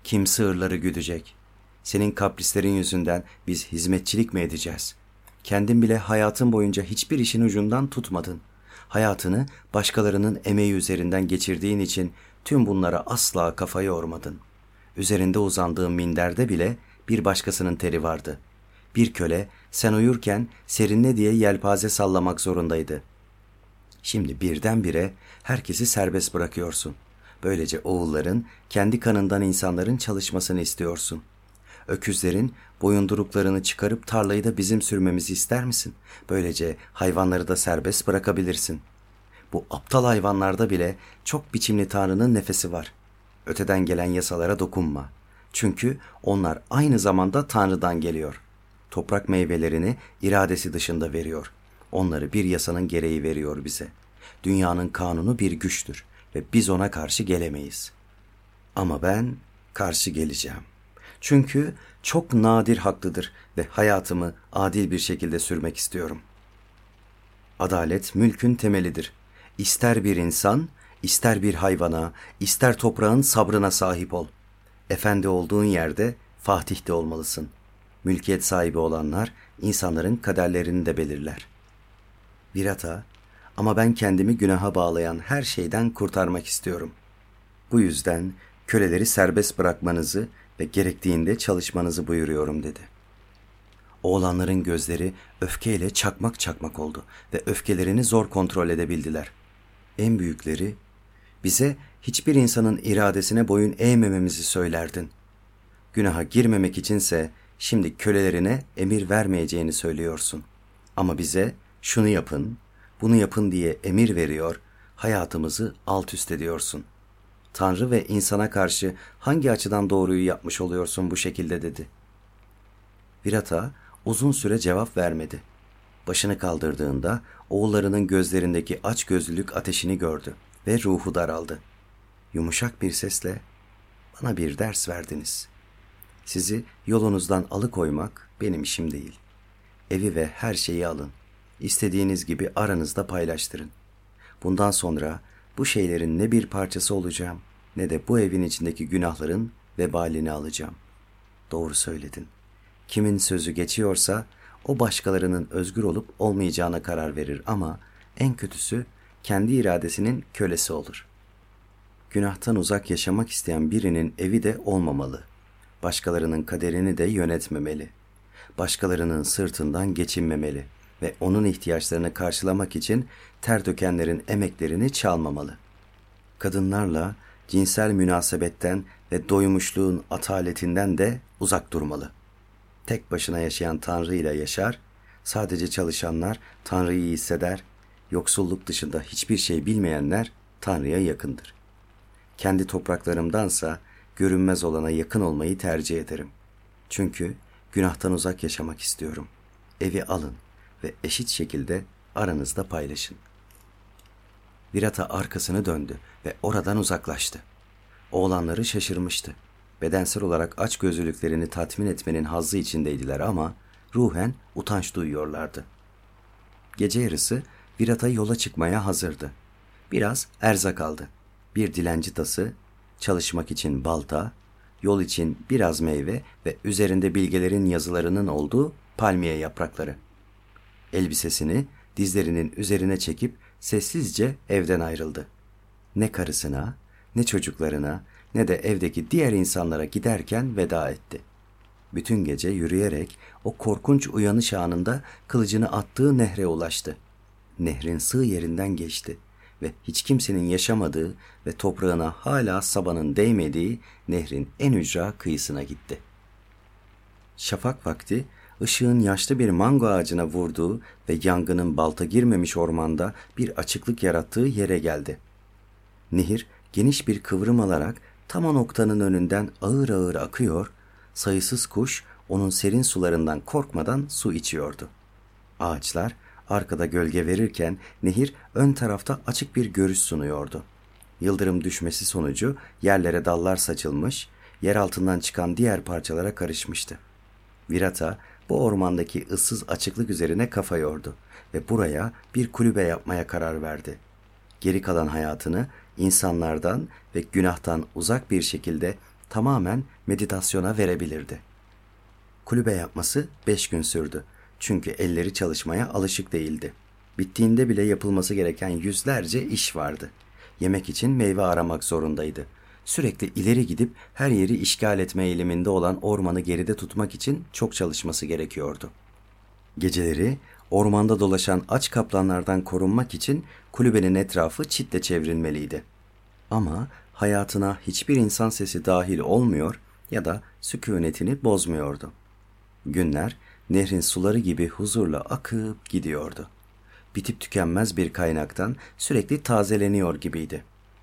Kim sığırları güdecek? Senin kaprislerin yüzünden biz hizmetçilik mi edeceğiz? Kendin bile hayatın boyunca hiçbir işin ucundan tutmadın. Hayatını başkalarının emeği üzerinden geçirdiğin için tüm bunlara asla kafa yormadın. Üzerinde uzandığın minderde bile bir başkasının teri vardı. Bir köle sen uyurken serinle diye yelpaze sallamak zorundaydı. Şimdi birdenbire herkesi serbest bırakıyorsun. Böylece oğulların kendi kanından insanların çalışmasını istiyorsun. Öküzlerin boyunduruklarını çıkarıp tarlayı da bizim sürmemizi ister misin? Böylece hayvanları da serbest bırakabilirsin. Bu aptal hayvanlarda bile çok biçimli Tanrı'nın nefesi var. Öteden gelen yasalara dokunma. Çünkü onlar aynı zamanda Tanrı'dan geliyor. Toprak meyvelerini iradesi dışında veriyor. Onları bir yasanın gereği veriyor bize. Dünyanın kanunu bir güçtür ve biz ona karşı gelemeyiz. Ama ben karşı geleceğim. Çünkü çok nadir haklıdır ve hayatımı adil bir şekilde sürmek istiyorum. Adalet mülkün temelidir. İster bir insan, ister bir hayvana, ister toprağın sabrına sahip ol. Efendi olduğun yerde fatih de olmalısın. Mülkiyet sahibi olanlar insanların kaderlerini de belirler. Virata, ama ben kendimi günaha bağlayan her şeyden kurtarmak istiyorum. Bu yüzden köleleri serbest bırakmanızı ve gerektiğinde çalışmanızı buyuruyorum dedi. Oğlanların gözleri öfkeyle çakmak çakmak oldu ve öfkelerini zor kontrol edebildiler. En büyükleri, bize hiçbir insanın iradesine boyun eğmememizi söylerdin. Günaha girmemek içinse şimdi kölelerine emir vermeyeceğini söylüyorsun. Ama bize şunu yapın, bunu yapın diye emir veriyor, hayatımızı alt üst ediyorsun. Tanrı ve insana karşı hangi açıdan doğruyu yapmış oluyorsun bu şekilde dedi. Virata uzun süre cevap vermedi. Başını kaldırdığında oğullarının gözlerindeki açgözlülük ateşini gördü ve ruhu daraldı. Yumuşak bir sesle, "Bana bir ders verdiniz. Sizi yolunuzdan alıkoymak benim işim değil. Evi ve her şeyi alın. İstediğiniz gibi aranızda paylaştırın. Bundan sonra bu şeylerin ne bir parçası olacağım ne de bu evin içindeki günahların vebalini alacağım." Doğru söyledin. Kimin sözü geçiyorsa o başkalarının özgür olup olmayacağına karar verir ama en kötüsü kendi iradesinin kölesi olur. Günahtan uzak yaşamak isteyen birinin evi de olmamalı. Başkalarının kaderini de yönetmemeli. Başkalarının sırtından geçinmemeli ve onun ihtiyaçlarını karşılamak için ter dökenlerin emeklerini çalmamalı. Kadınlarla cinsel münasebetten ve doymuşluğun ataletinden de uzak durmalı. Tek başına yaşayan Tanrı ile yaşar, sadece çalışanlar Tanrı'yı hisseder, yoksulluk dışında hiçbir şey bilmeyenler Tanrı'ya yakındır. Kendi topraklarımdansa görünmez olana yakın olmayı tercih ederim. Çünkü günahtan uzak yaşamak istiyorum. Evi alın ve eşit şekilde aranızda paylaşın. Virata arkasını döndü ve oradan uzaklaştı. Oğlanları şaşırmıştı. Bedensel olarak açgözlülüklerini tatmin etmenin hazzı içindeydiler ama ruhen utanç duyuyorlardı. Gece yarısı Virata yola çıkmaya hazırdı. Biraz erzak aldı. Bir dilenci tası, çalışmak için balta, yol için biraz meyve ve üzerinde bilgelerin yazılarının olduğu palmiye yaprakları. Elbisesini dizlerinin üzerine çekip sessizce evden ayrıldı. Ne karısına, ne çocuklarına, ne de evdeki diğer insanlara giderken veda etti. Bütün gece yürüyerek o korkunç uyanış anında kılıcını attığı nehre ulaştı. Nehrin sığ yerinden geçti ve hiç kimsenin yaşamadığı ve toprağına hala sabanın değmediği nehrin en ücra kıyısına gitti. Şafak vakti ışığın yaşlı bir mango ağacına vurduğu ve yangının balta girmemiş ormanda bir açıklık yarattığı yere geldi. Nehir geniş bir kıvrım alarak tam o noktanın önünden ağır ağır akıyor, sayısız kuş onun serin sularından korkmadan su içiyordu. Ağaçlar arkada gölge verirken nehir ön tarafta açık bir görüş sunuyordu. Yıldırım düşmesi sonucu yerlere dallar saçılmış, yer altından çıkan diğer parçalara karışmıştı. Virata bu ormandaki ıssız açıklık üzerine kafa yordu ve buraya bir kulübe yapmaya karar verdi. Geri kalan hayatını insanlardan ve günahtan uzak bir şekilde tamamen meditasyona verebilirdi. Kulübe yapması 5 gün sürdü. Çünkü elleri çalışmaya alışık değildi. Bittiğinde bile yapılması gereken yüzlerce iş vardı. Yemek için meyve aramak zorundaydı. Sürekli ileri gidip her yeri işgal etme eğiliminde olan ormanı geride tutmak için çok çalışması gerekiyordu. Geceleri ormanda dolaşan aç kaplanlardan korunmak için kulübenin etrafı çitle çevrilmeliydi. Ama hayatına hiçbir insan sesi dahil olmuyor ya da sükunetini bozmuyordu. Günler nehrin suları gibi huzurla akıp gidiyordu. Bitip tükenmez bir kaynaktan sürekli tazeleniyor gibiydi.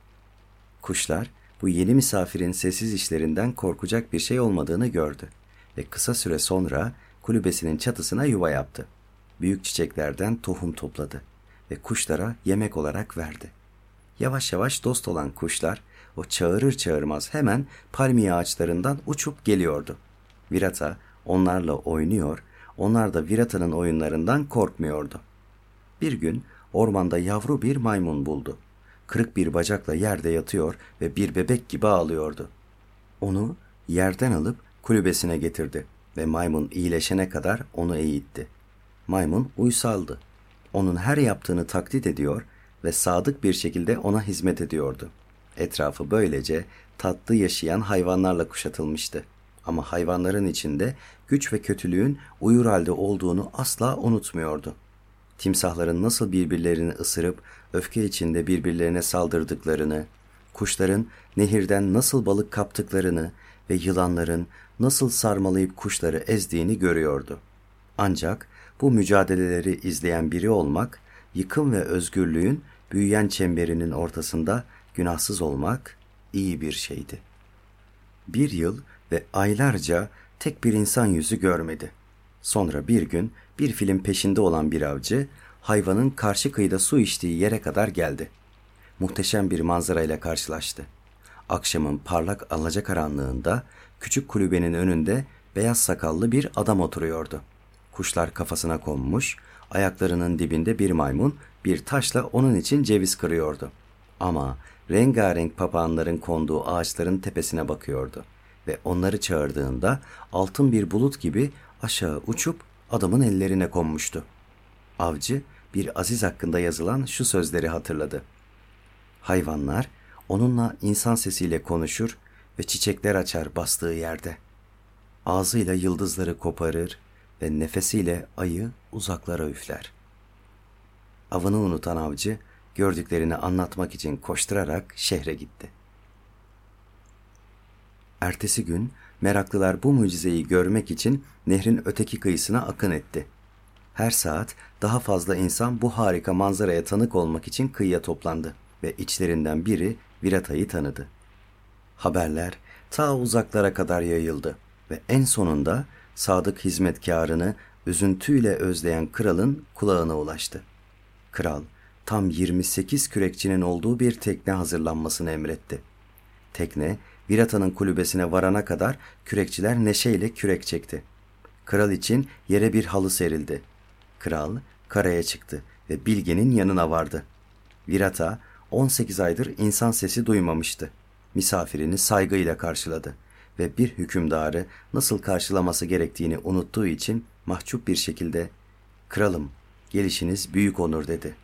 Kuşlar bu yeni misafirin sessiz işlerinden korkacak bir şey olmadığını gördü ve kısa süre sonra kulübesinin çatısına yuva yaptı. Büyük çiçeklerden tohum topladı ve kuşlara yemek olarak verdi. Yavaş yavaş dost olan kuşlar o çağırır çağırmaz hemen palmiye ağaçlarından uçup geliyordu. Virata onlarla oynuyor, onlar da Virata'nın oyunlarından korkmuyordu. Bir gün ormanda yavru bir maymun buldu. Kırık bir bacakla yerde yatıyor ve bir bebek gibi ağlıyordu. Onu yerden alıp kulübesine getirdi ve maymun iyileşene kadar onu eğitti. Maymun uysaldı. Onun her yaptığını taklit ediyor ve sadık bir şekilde ona hizmet ediyordu. Etrafı böylece tatlı yaşayan hayvanlarla kuşatılmıştı. Ama hayvanların içinde güç ve kötülüğün uyur halde olduğunu asla unutmuyordu. Timsahların nasıl birbirlerini ısırıp öfke içinde birbirlerine saldırdıklarını, kuşların nehirden nasıl balık kaptıklarını ve yılanların nasıl sarmalayıp kuşları ezdiğini görüyordu. Ancak bu mücadeleleri izleyen biri olmak, yıkım ve özgürlüğün büyüyen çemberinin ortasında günahsız olmak iyi bir şeydi. 1 yıl ve aylarca tek bir insan yüzü görmedi. Sonra bir gün bir filin peşinde olan bir avcı hayvanın karşı kıyıda su içtiği yere kadar geldi. Muhteşem bir manzarayla karşılaştı. Akşamın parlak alacakaranlığında küçük kulübenin önünde beyaz sakallı bir adam oturuyordu. Kuşlar kafasına konmuş, ayaklarının dibinde bir maymun bir taşla onun için ceviz kırıyordu. Ama rengarenk papağanların konduğu ağaçların tepesine bakıyordu ve onları çağırdığında altın bir bulut gibi aşağı uçup adamın ellerine konmuştu. Avcı bir aziz hakkında yazılan şu sözleri hatırladı. Hayvanlar onunla insan sesiyle konuşur ve çiçekler açar bastığı yerde. Ağzıyla yıldızları koparır ve nefesiyle ayı uzaklara üfler. Avını unutan avcı gördüklerini anlatmak için koşturarak şehre gitti. Ertesi gün meraklılar bu mucizeyi görmek için nehrin öteki kıyısına akın etti. Her saat daha fazla insan bu harika manzaraya tanık olmak için kıyıya toplandı ve içlerinden biri Virata'yı tanıdı. Haberler ta uzaklara kadar yayıldı ve en sonunda sadık hizmetkarını üzüntüyle özleyen kralın kulağına ulaştı. Kral tam 28 kürekçinin olduğu bir tekne hazırlanmasını emretti. Tekne Virata'nın kulübesine varana kadar kürekçiler neşeyle kürek çekti. Kral için yere bir halı serildi. Kral karaya çıktı ve Bilge'nin yanına vardı. Virata 18 aydır insan sesi duymamıştı. Misafirini saygıyla karşıladı ve bir hükümdarı nasıl karşılaması gerektiğini unuttuğu için mahcup bir şekilde "Kralım, gelişiniz büyük onur." dedi.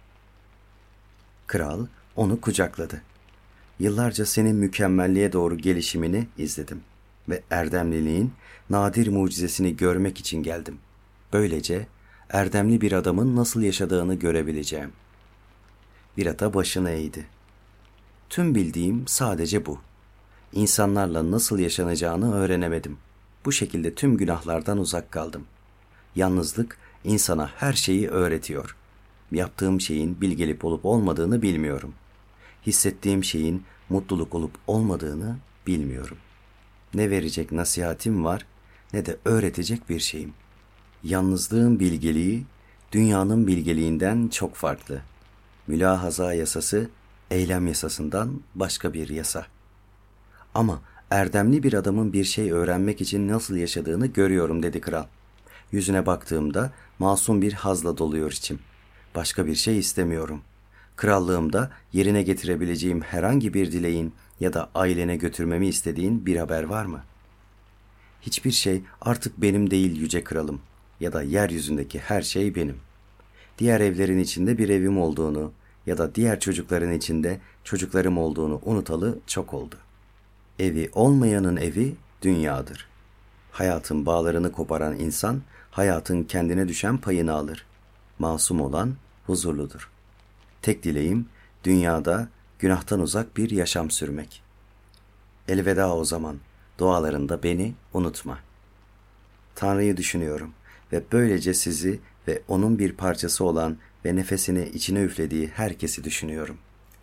Kral onu kucakladı. Yıllarca senin mükemmelliğe doğru gelişimini izledim ve erdemliliğin nadir mucizesini görmek için geldim. Böylece erdemli bir adamın nasıl yaşadığını görebileceğim. Virata başını eğdi. Tüm bildiğim sadece bu. İnsanlarla nasıl yaşanacağını öğrenemedim. Bu şekilde tüm günahlardan uzak kaldım. Yalnızlık insana her şeyi öğretiyor. Yaptığım şeyin bilgelik olup olmadığını bilmiyorum. Hissettiğim şeyin mutluluk olup olmadığını bilmiyorum. Ne verecek nasihatim var ne de öğretecek bir şeyim. Yalnızlığın bilgeliği dünyanın bilgeliğinden çok farklı. Mülahaza yasası eylem yasasından başka bir yasa. Ama erdemli bir adamın bir şey öğrenmek için nasıl yaşadığını görüyorum dedi kral. Yüzüne baktığımda masum bir hazla doluyor içim. Başka bir şey istemiyorum. Krallığımda yerine getirebileceğim herhangi bir dileğin ya da ailene götürmemi istediğin bir haber var mı? Hiçbir şey artık benim değil yüce kralım ya da yeryüzündeki her şey benim. Diğer evlerin içinde bir evim olduğunu ya da diğer çocukların içinde çocuklarım olduğunu unutalı çok oldu. Evi olmayanın evi dünyadır. Hayatın bağlarını koparan insan, hayatın kendine düşen payını alır. Masum olan huzurludur. Tek dileğim, dünyada günahtan uzak bir yaşam sürmek. Elveda o zaman, dualarında beni unutma. Tanrı'yı düşünüyorum ve böylece sizi ve onun bir parçası olan ve nefesini içine üflediği herkesi düşünüyorum.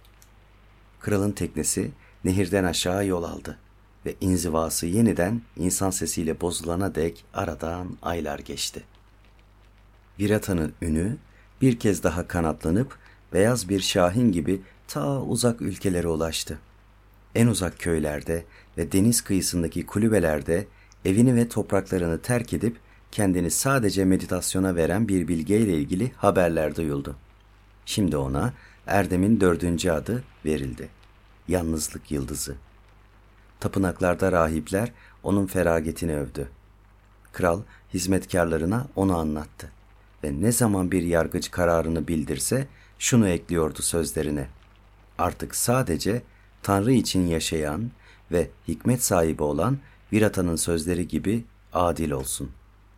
Kralın teknesi nehirden aşağı yol aldı ve inzivası yeniden insan sesiyle bozulana dek aradan aylar geçti. Virata'nın ünü bir kez daha kanatlanıp beyaz bir şahin gibi ta uzak ülkelere ulaştı. En uzak köylerde ve deniz kıyısındaki kulübelerde evini ve topraklarını terk edip kendini sadece meditasyona veren bir bilgeyle ilgili haberler duyuldu. Şimdi ona Erdem'in 4. adı verildi. Yalnızlık yıldızı. Tapınaklarda rahipler onun feragetini övdü. Kral hizmetkarlarına onu anlattı ve ne zaman bir yargıç kararını bildirse şunu ekliyordu sözlerine. Artık sadece Tanrı için yaşayan ve hikmet sahibi olan Virata'nın sözleri gibi adil olsun.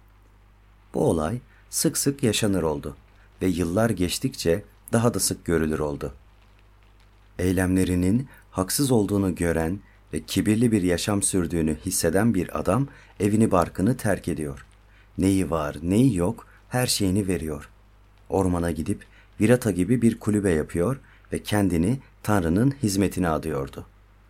Bu olay sık sık yaşanır oldu ve yıllar geçtikçe daha da sık görülür oldu. Eylemlerinin haksız olduğunu gören ve kibirli bir yaşam sürdüğünü hisseden bir adam evini barkını terk ediyor. Neyi var, neyi yok her şeyini veriyor. Ormana gidip Virata gibi bir kulübe yapıyor ve kendini Tanrı'nın hizmetine adıyordu.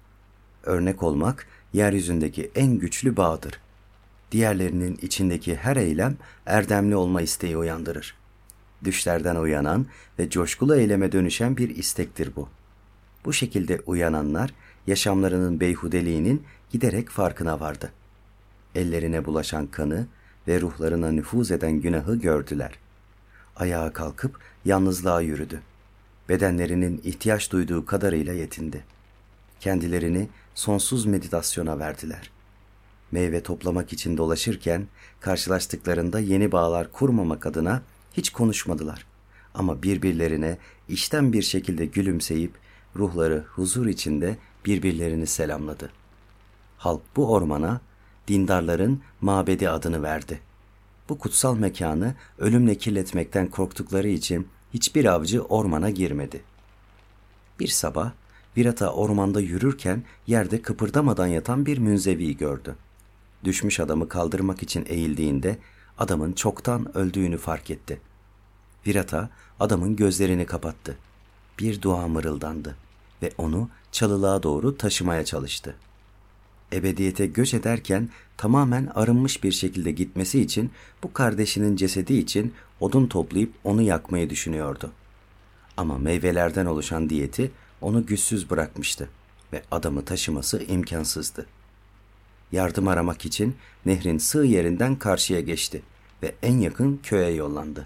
Örnek olmak yeryüzündeki en güçlü bağdır. Diğerlerinin içindeki her eylem erdemli olma isteği uyandırır. Düşlerden uyanan ve coşkulu eyleme dönüşen bir istektir bu. Bu şekilde uyananlar yaşamlarının beyhudeliğinin giderek farkına vardı. Ellerine bulaşan kanı ve ruhlarına nüfuz eden günahı gördüler. Ayağa kalkıp yalnızlığa yürüdü. Bedenlerinin ihtiyaç duyduğu kadarıyla yetindi. Kendilerini sonsuz meditasyona verdiler. Meyve toplamak için dolaşırken karşılaştıklarında yeni bağlar kurmamak adına hiç konuşmadılar. Ama birbirlerine içten bir şekilde gülümseyip ruhları huzur içinde birbirlerini selamladı. Halk bu ormana dindarların mabedi adını verdi. Bu kutsal mekanı ölümle kirletmekten korktukları için hiçbir avcı ormana girmedi. Bir sabah Virata ormanda yürürken yerde kıpırdamadan yatan bir münzevi gördü. Düşmüş adamı kaldırmak için eğildiğinde adamın çoktan öldüğünü fark etti. Virata adamın gözlerini kapattı. Bir dua mırıldandı ve onu çalılığa doğru taşımaya çalıştı. Ebediyete göç ederken tamamen arınmış bir şekilde gitmesi için bu kardeşinin cesedi için odun toplayıp onu yakmayı düşünüyordu. Ama meyvelerden oluşan diyeti onu güçsüz bırakmıştı ve adamı taşıması imkansızdı. Yardım aramak için nehrin sığ yerinden karşıya geçti ve en yakın köye yollandı.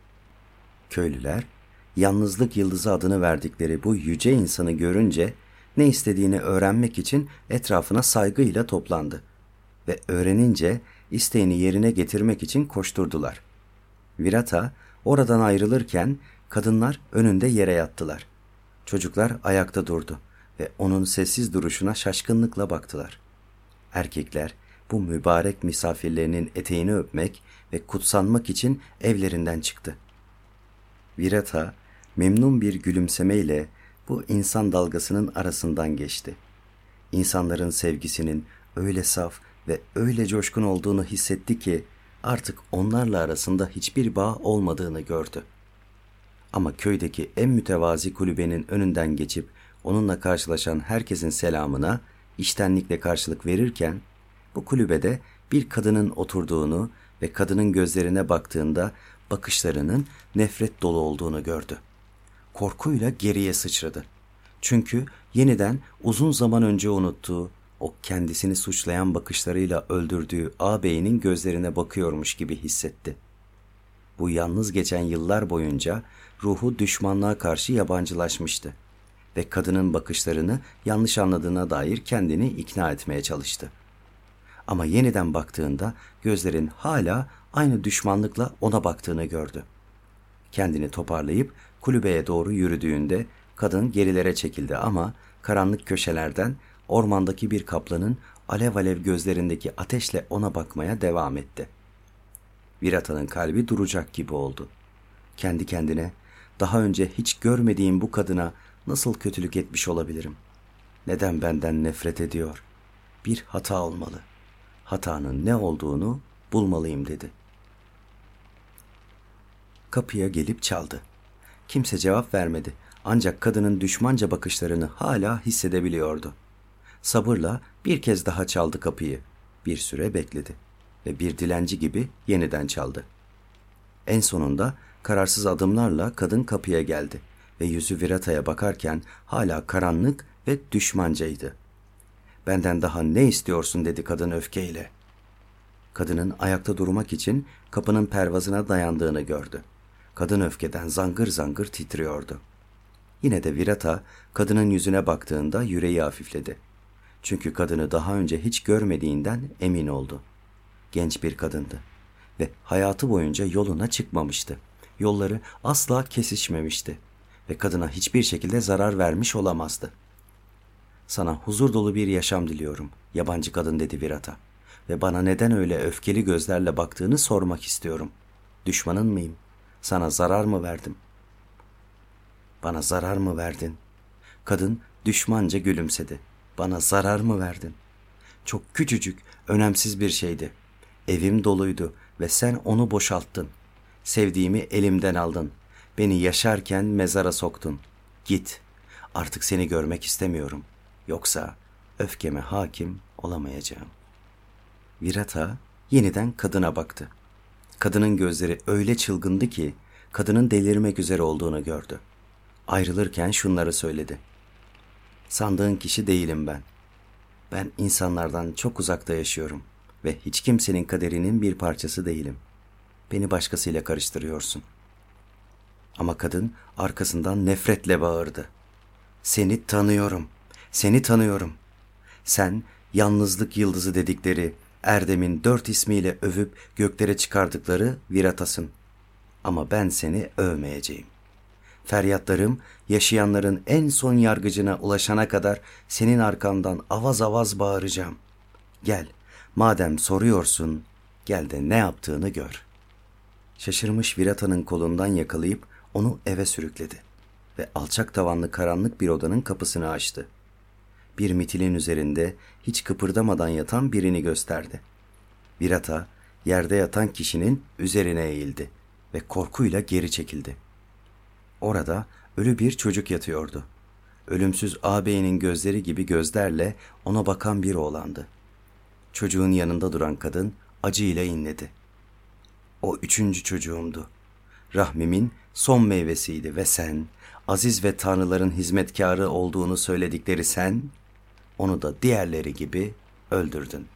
Köylüler, yalnızlık yıldızı adını verdikleri bu yüce insanı görünce ne istediğini öğrenmek için etrafına saygıyla toplandı ve öğrenince isteğini yerine getirmek için koşturdular. Virata oradan ayrılırken kadınlar önünde yere yattılar. Çocuklar ayakta durdu ve onun sessiz duruşuna şaşkınlıkla baktılar. Erkekler bu mübarek misafirlerinin eteğini öpmek ve kutsanmak için evlerinden çıktı. Virata memnun bir gülümsemeyle bu insan dalgasının arasından geçti. İnsanların sevgisinin öyle saf ve öyle coşkun olduğunu hissetti ki artık onlarla arasında hiçbir bağ olmadığını gördü. Ama köydeki en mütevazi kulübenin önünden geçip onunla karşılaşan herkesin selamına içtenlikle karşılık verirken bu kulübede bir kadının oturduğunu ve kadının gözlerine baktığında bakışlarının nefret dolu olduğunu gördü. Korkuyla geriye sıçradı. Çünkü yeniden uzun zaman önce unuttuğu, o kendisini suçlayan bakışlarıyla öldürdüğü ağabeyinin gözlerine bakıyormuş gibi hissetti. Bu yalnız geçen yıllar boyunca ruhu düşmanlığa karşı yabancılaşmıştı ve kadının bakışlarını yanlış anladığına dair kendini ikna etmeye çalıştı. Ama yeniden baktığında gözlerin hala aynı düşmanlıkla ona baktığını gördü. Kendini toparlayıp kulübeye doğru yürüdüğünde kadın gerilere çekildi ama karanlık köşelerden ormandaki bir kaplanın alev alev gözlerindeki ateşle ona bakmaya devam etti. Virata'nın kalbi duracak gibi oldu. Kendi kendine, daha önce hiç görmediğim bu kadına nasıl kötülük etmiş olabilirim? Neden benden nefret ediyor? Bir hata olmalı. Hatanın ne olduğunu bulmalıyım dedi. Kapıya gelip çaldı. Kimse cevap vermedi. Ancak kadının düşmanca bakışlarını hala hissedebiliyordu. Sabırla bir kez daha çaldı kapıyı. Bir süre bekledi ve bir dilenci gibi yeniden çaldı. En sonunda kararsız adımlarla kadın kapıya geldi ve yüzü Virata'ya bakarken hala karanlık ve düşmancaydı. "Benden daha ne istiyorsun?" dedi kadın öfkeyle. Kadının ayakta durmak için kapının pervazına dayandığını gördü. Kadın öfkeden zangır zangır titriyordu. Yine de Virata kadının yüzüne baktığında yüreği hafifledi. Çünkü kadını daha önce hiç görmediğinden emin oldu. Genç bir kadındı ve hayatı boyunca yoluna çıkmamıştı. Yolları asla kesişmemişti ve kadına hiçbir şekilde zarar vermiş olamazdı. "Sana huzur dolu bir yaşam diliyorum," yabancı kadın dedi Virata. "Ve bana neden öyle öfkeli gözlerle baktığını sormak istiyorum. Düşmanın mıyım? Sana zarar mı verdim?" "Bana zarar mı verdin?" Kadın düşmanca gülümsedi. "Bana zarar mı verdin? Çok küçücük, önemsiz bir şeydi. Evim doluydu ve sen onu boşalttın. Sevdiğimi elimden aldın. Beni yaşarken mezara soktun. Git. Artık seni görmek istemiyorum. Yoksa öfkeme hakim olamayacağım." Virata yeniden kadına baktı. Kadının gözleri öyle çılgındı ki kadının delirmek üzere olduğunu gördü. Ayrılırken şunları söyledi. "Sandığın kişi değilim ben. Ben insanlardan çok uzakta yaşıyorum ve hiç kimsenin kaderinin bir parçası değilim. Beni başkasıyla karıştırıyorsun." Ama kadın arkasından nefretle bağırdı. "Seni tanıyorum, seni tanıyorum. Sen yalnızlık yıldızı dedikleri, Erdem'in 4 ismiyle övüp göklere çıkardıkları Viratasın. Ama ben seni övmeyeceğim. Feryatlarım yaşayanların en son yargıcına ulaşana kadar senin arkandan avaz avaz bağıracağım. Gel, madem soruyorsun, gel de ne yaptığını gör." Şaşırmış Virata'nın kolundan yakalayıp onu eve sürükledi ve alçak tavanlı karanlık bir odanın kapısını açtı. Bir mitilin üzerinde hiç kıpırdamadan yatan birini gösterdi. Virata yerde yatan kişinin üzerine eğildi ve korkuyla geri çekildi. Orada ölü bir çocuk yatıyordu. Ölümsüz ağabeyinin gözleri gibi gözlerle ona bakan bir oğlandı. Çocuğun yanında duran kadın acıyla inledi. "O 3. çocuğumdu. Rahmimin son meyvesiydi ve sen, aziz ve tanrıların hizmetkarı olduğunu söyledikleri sen, onu da diğerleri gibi öldürdün."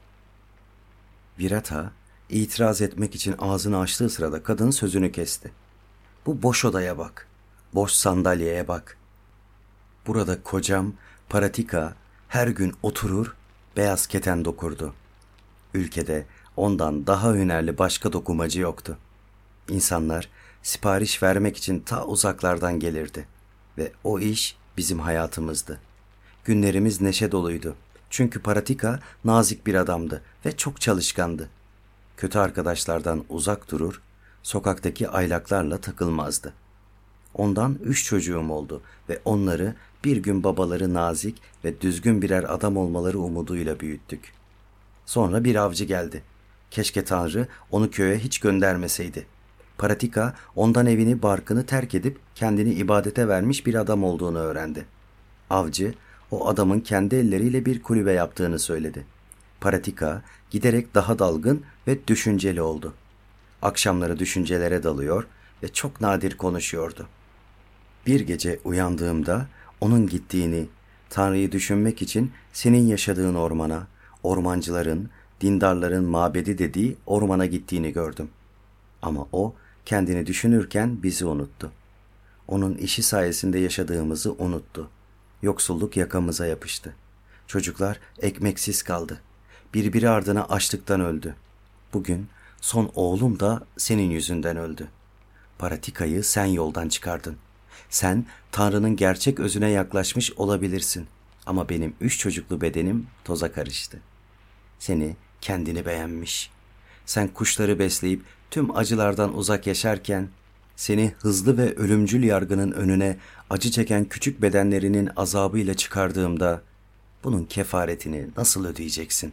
Virata itiraz etmek için ağzını açtığı sırada kadın sözünü kesti. "Bu boş odaya bak, boş sandalyeye bak. Burada kocam Paratika her gün oturur, beyaz keten dokurdu. Ülkede ondan daha hünerli başka dokumacı yoktu. İnsanlar sipariş vermek için ta uzaklardan gelirdi ve o iş bizim hayatımızdı. Günlerimiz neşe doluydu. Çünkü Paratika nazik bir adamdı ve çok çalışkandı. Kötü arkadaşlardan uzak durur, sokaktaki aylaklarla takılmazdı. Ondan 3 çocuğum oldu ve onları bir gün babaları nazik ve düzgün birer adam olmaları umuduyla büyüttük. Sonra bir avcı geldi. Keşke Tanrı onu köye hiç göndermeseydi. Paratika ondan evini barkını terk edip kendini ibadete vermiş bir adam olduğunu öğrendi. Avcı o adamın kendi elleriyle bir kulübe yaptığını söyledi. Paratika giderek daha dalgın ve düşünceli oldu. Akşamları düşüncelere dalıyor ve çok nadir konuşuyordu. Bir gece uyandığımda onun gittiğini, Tanrı'yı düşünmek için senin yaşadığın ormana, ormancıların, dindarların mabedi dediği ormana gittiğini gördüm. Ama o kendini düşünürken bizi unuttu. Onun işi sayesinde yaşadığımızı unuttu. Yoksulluk yakamıza yapıştı. Çocuklar ekmeksiz kaldı. Birbiri ardına açlıktan öldü. Bugün son oğlum da senin yüzünden öldü. Paratikayı sen yoldan çıkardın. Sen Tanrı'nın gerçek özüne yaklaşmış olabilirsin. Ama benim 3 çocuklu bedenim toza karıştı. Seni kendini beğenmiş. Sen kuşları besleyip tüm acılardan uzak yaşarken, seni hızlı ve ölümcül yargının önüne acı çeken küçük bedenlerinin azabıyla çıkardığımda, bunun kefaretini nasıl ödeyeceksin?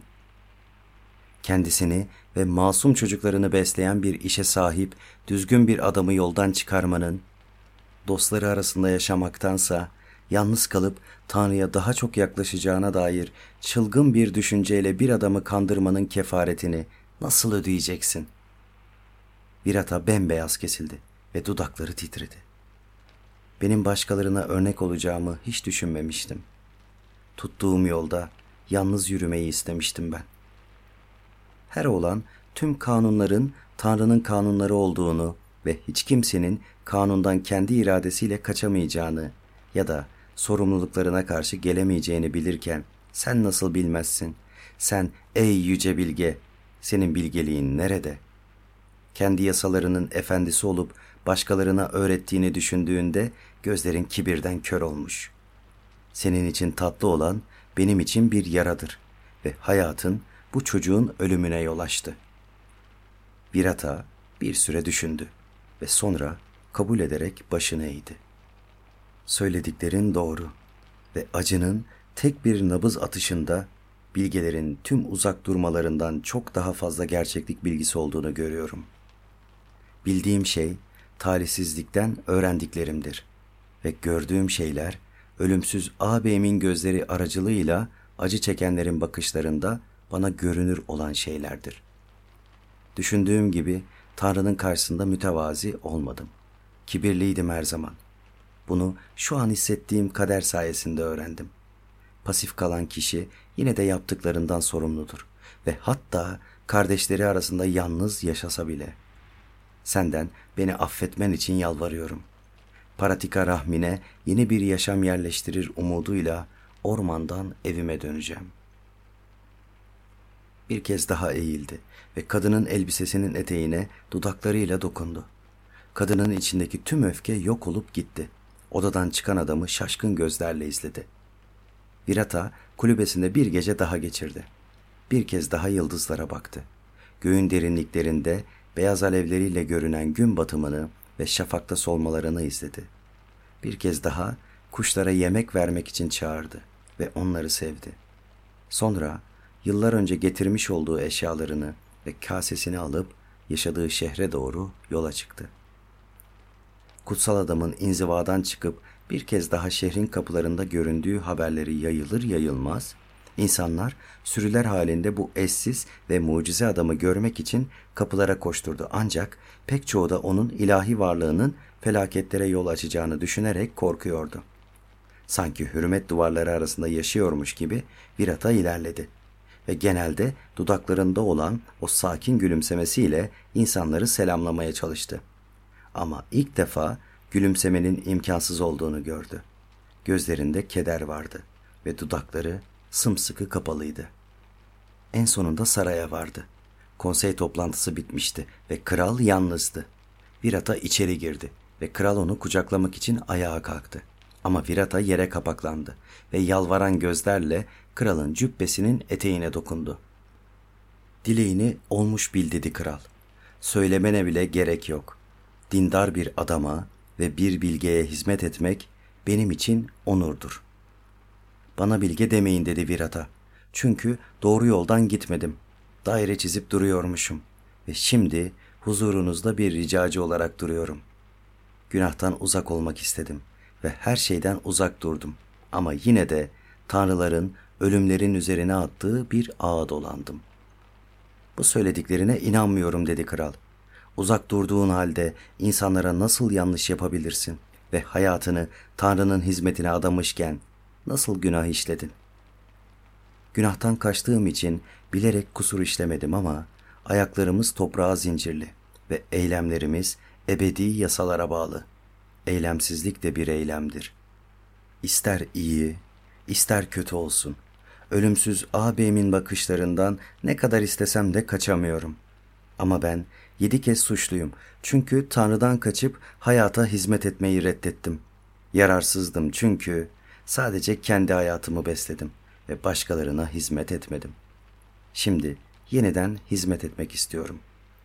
Kendisini ve masum çocuklarını besleyen bir işe sahip, düzgün bir adamı yoldan çıkarmanın, dostları arasında yaşamaktansa, yalnız kalıp Tanrı'ya daha çok yaklaşacağına dair çılgın bir düşünceyle bir adamı kandırmanın kefaretini nasıl ödeyeceksin? Virata bembeyaz kesildi ve dudakları titredi. Benim başkalarına örnek olacağımı hiç düşünmemiştim. Tuttuğum yolda yalnız yürümeyi istemiştim ben. Her oğlan tüm kanunların Tanrı'nın kanunları olduğunu ve hiç kimsenin kanundan kendi iradesiyle kaçamayacağını ya da sorumluluklarına karşı gelemeyeceğini bilirken sen nasıl bilmezsin? Sen ey yüce bilge, senin bilgeliğin nerede? Kendi yasalarının efendisi olup başkalarına öğrettiğini düşündüğünde gözlerin kibirden kör olmuş. Senin için tatlı olan benim için bir yaradır ve hayatın bu çocuğun ölümüne yol açtı. Virata bir süre düşündü ve sonra kabul ederek başını eğdi. Söylediklerin doğru ve acının tek bir nabız atışında bilgelerin tüm uzak durmalarından çok daha fazla gerçeklik bilgisi olduğunu görüyorum. Bildiğim şey talihsizlikten öğrendiklerimdir ve gördüğüm şeyler ölümsüz ağabeyimin gözleri aracılığıyla acı çekenlerin bakışlarında bana görünür olan şeylerdir. Düşündüğüm gibi Tanrı'nın karşısında mütevazi olmadım. Kibirliydim her zaman. Bunu şu an hissettiğim kader sayesinde öğrendim. Pasif kalan kişi yine de yaptıklarından sorumludur ve hatta kardeşleri arasında yalnız yaşasa bile. Senden beni affetmen için yalvarıyorum. Paratika rahmine yeni bir yaşam yerleştirir umuduyla ormandan evime döneceğim. Bir kez daha eğildi ve kadının elbisesinin eteğine dudaklarıyla dokundu. Kadının içindeki tüm öfke yok olup gitti. Odadan çıkan adamı şaşkın gözlerle izledi. Virata kulübesinde bir gece daha geçirdi. Bir kez daha yıldızlara baktı. Göğün derinliklerinde beyaz alevleriyle görünen gün batımını ve şafakta solmalarını izledi. Bir kez daha kuşlara yemek vermek için çağırdı ve onları sevdi. Sonra yıllar önce getirmiş olduğu eşyalarını ve kasesini alıp yaşadığı şehre doğru yola çıktı. Kutsal adamın inzivadan çıkıp bir kez daha şehrin kapılarında göründüğü haberleri yayılır yayılmaz, insanlar sürüler halinde bu eşsiz ve mucize adamı görmek için kapılara koşturdu. Ancak pek çoğu da onun ilahi varlığının felaketlere yol açacağını düşünerek korkuyordu. Sanki hürmet duvarları arasında yaşıyormuş gibi Virata ilerledi ve genelde dudaklarında olan o sakin gülümsemesiyle insanları selamlamaya çalıştı. Ama ilk defa gülümsemenin imkansız olduğunu gördü. Gözlerinde keder vardı ve dudakları sımsıkı kapalıydı. En sonunda saraya vardı. Konsey toplantısı bitmişti ve kral yalnızdı. Virata içeri girdi ve kral onu kucaklamak için ayağa kalktı. Ama Virata yere kapaklandı ve yalvaran gözlerle kralın cübbesinin eteğine dokundu. "Dileğini olmuş bil," dedi kral. "Söylemene bile gerek yok. Dindar bir adama ve bir bilgeye hizmet etmek benim için onurdur." "Bana bilge demeyin," dedi Virata. "Çünkü doğru yoldan gitmedim. Daire çizip duruyormuşum ve şimdi huzurunuzda bir ricacı olarak duruyorum. Günahtan uzak olmak istedim ve her şeyden uzak durdum. Ama yine de tanrıların ölümlerin üzerine attığı bir ağa dolandım." "Bu söylediklerine inanmıyorum," dedi kral. "Uzak durduğun halde insanlara nasıl yanlış yapabilirsin ve hayatını Tanrı'nın hizmetine adamışken nasıl günah işledin?" "Günahtan kaçtığım için bilerek kusur işlemedim ama ayaklarımız toprağa zincirli ve eylemlerimiz ebedi yasalara bağlı. Eylemsizlik de bir eylemdir." İster iyi, ister kötü olsun. Ölümsüz ağabeyimin bakışlarından ne kadar istesem de kaçamıyorum. Ama ben 7 kez suçluyum. Çünkü Tanrı'dan kaçıp hayata hizmet etmeyi reddettim. Yararsızdım çünkü sadece kendi hayatımı besledim ve başkalarına hizmet etmedim. Şimdi yeniden hizmet etmek istiyorum.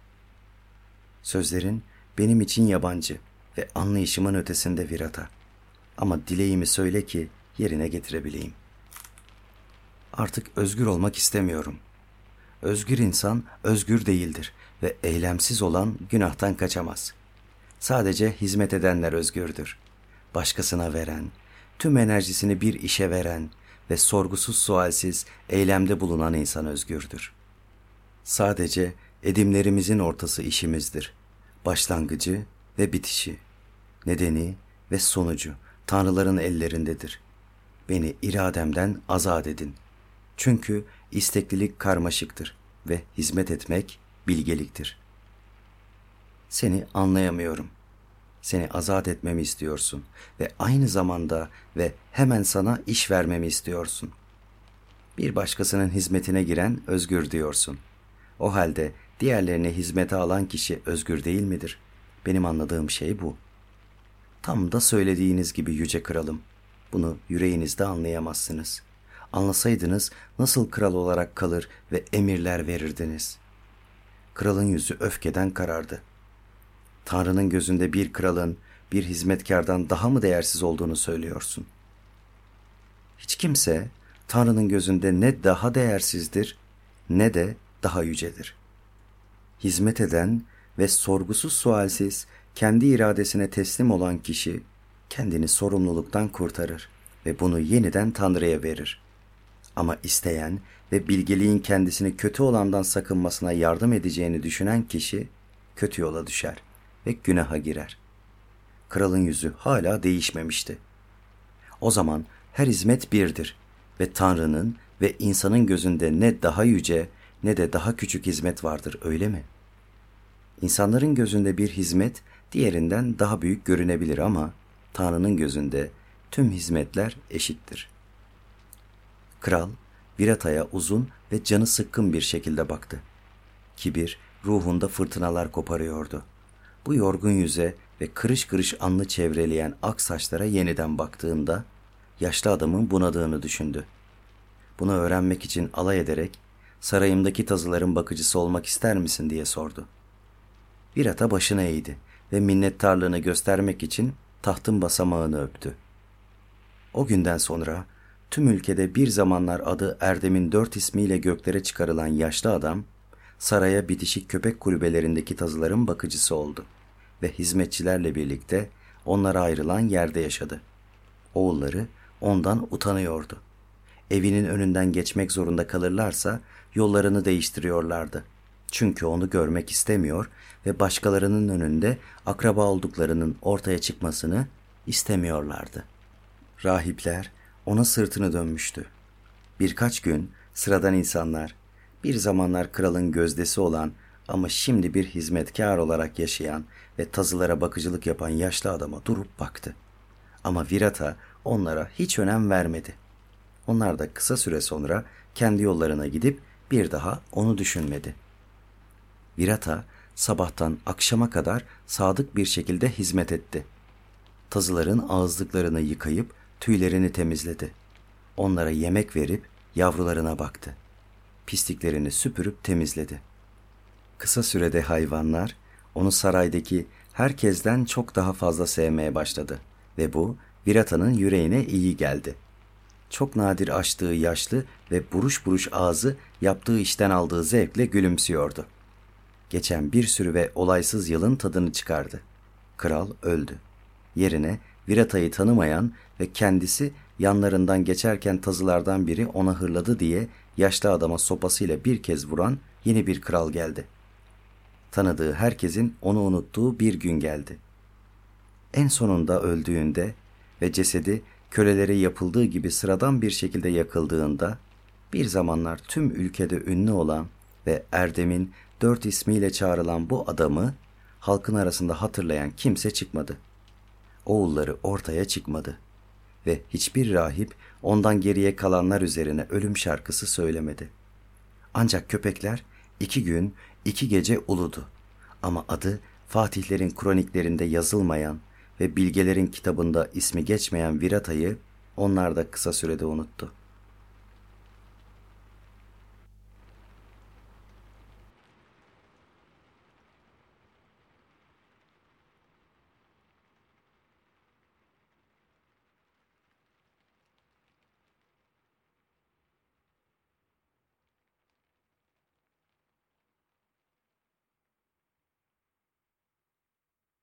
Sözlerin benim için yabancı ve anlayışımın ötesinde Virata. Ama dileğimi söyle ki yerine getirebileyim. Artık özgür olmak istemiyorum. Özgür insan özgür değildir ve eylemsiz olan günahtan kaçamaz. Sadece hizmet edenler özgürdür. Başkasına veren, tüm enerjisini bir işe veren ve sorgusuz sualsiz eylemde bulunan insan özgürdür. Sadece edimlerimizin ortası işimizdir. Başlangıcı ve bitişi, nedeni ve sonucu tanrıların ellerindedir. Beni irademden azat edin. Çünkü isteklilik karmaşıktır ve hizmet etmek bilgeliktir. Seni anlayamıyorum. Seni azat etmemi istiyorsun ve aynı zamanda ve hemen sana iş vermemi istiyorsun. Bir başkasının hizmetine giren özgür diyorsun. O halde diğerlerine hizmete alan kişi özgür değil midir? Benim anladığım şey bu. Tam da söylediğiniz gibi yüce kralım. Bunu yüreğinizde anlayamazsınız. Anlasaydınız nasıl kral olarak kalır ve emirler verirdiniz? Kralın yüzü öfkeden karardı. Tanrı'nın gözünde bir kralın, bir hizmetkardan daha mı değersiz olduğunu söylüyorsun? Hiç kimse Tanrı'nın gözünde ne daha değersizdir ne de daha yücedir. Hizmet eden ve sorgusuz sualsiz kendi iradesine teslim olan kişi kendini sorumluluktan kurtarır ve bunu yeniden Tanrı'ya verir. Ama isteyen ve bilgeliğin kendisini kötü olandan sakınmasına yardım edeceğini düşünen kişi kötü yola düşer ve günaha girer. Kralın yüzü hala değişmemişti. O zaman her hizmet birdir ve Tanrı'nın ve insanın gözünde ne daha yüce ne de daha küçük hizmet vardır, öyle mi? İnsanların gözünde bir hizmet diğerinden daha büyük görünebilir ama Tanrı'nın gözünde tüm hizmetler eşittir. Kral Virata'ya uzun ve canı sıkkın bir şekilde baktı. Kibir ruhunda fırtınalar koparıyordu. Bu yorgun yüze ve kırış kırış alnı çevreleyen ak saçlara yeniden baktığında yaşlı adamın bunadığını düşündü. Bunu öğrenmek için alay ederek sarayımdaki tazıların bakıcısı olmak ister misin diye sordu. Virata başını eğdi ve minnettarlığını göstermek için tahtın basamağını öptü. O günden sonra tüm ülkede bir zamanlar adı Erdem'in 4 ismiyle göklere çıkarılan yaşlı adam, saraya bitişik köpek kulübelerindeki tazıların bakıcısı oldu ve hizmetçilerle birlikte onlara ayrılan yerde yaşadı. Oğulları ondan utanıyordu. Evinin önünden geçmek zorunda kalırlarsa yollarını değiştiriyorlardı. Çünkü onu görmek istemiyor ve başkalarının önünde akraba olduklarının ortaya çıkmasını istemiyorlardı. Rahipler ona sırtını dönmüştü. Birkaç gün sıradan insanlar, bir zamanlar kralın gözdesi olan ama şimdi bir hizmetkar olarak yaşayan ve tazılara bakıcılık yapan yaşlı adama durup baktı. Ama Virata onlara hiç önem vermedi. Onlar da kısa süre sonra kendi yollarına gidip bir daha onu düşünmedi. Virata sabahtan akşama kadar sadık bir şekilde hizmet etti. Tazıların ağızlıklarını yıkayıp tüylerini temizledi. Onlara yemek verip yavrularına baktı. Pisliklerini süpürüp temizledi. Kısa sürede hayvanlar onu saraydaki herkesten çok daha fazla sevmeye başladı ve bu Virata'nın yüreğine iyi geldi. Çok nadir açtığı yaşlı ve buruş buruş ağzı yaptığı işten aldığı zevkle gülümsüyordu. Geçen bir sürü ve olaysız yılın tadını çıkardı. Kral öldü. Yerine Virata'yı tanımayan ve kendisi yanlarından geçerken tazılardan biri ona hırladı diye yaşlı adama sopasıyla bir kez vuran yeni bir kral geldi. Tanıdığı herkesin onu unuttuğu bir gün geldi. En sonunda öldüğünde ve cesedi kölelere yapıldığı gibi sıradan bir şekilde yakıldığında bir zamanlar tüm ülkede ünlü olan ve Erdem'in 4 ismiyle çağrılan bu adamı halkın arasında hatırlayan kimse çıkmadı. Oğulları ortaya çıkmadı. ve hiçbir rahip ondan geriye kalanlar üzerine ölüm şarkısı söylemedi. Ancak köpekler 2 gün 2 gece uludu. Ama adı Fatihlerin kroniklerinde yazılmayan ve bilgelerin kitabında ismi geçmeyen Virata'yı onlar da kısa sürede unuttu.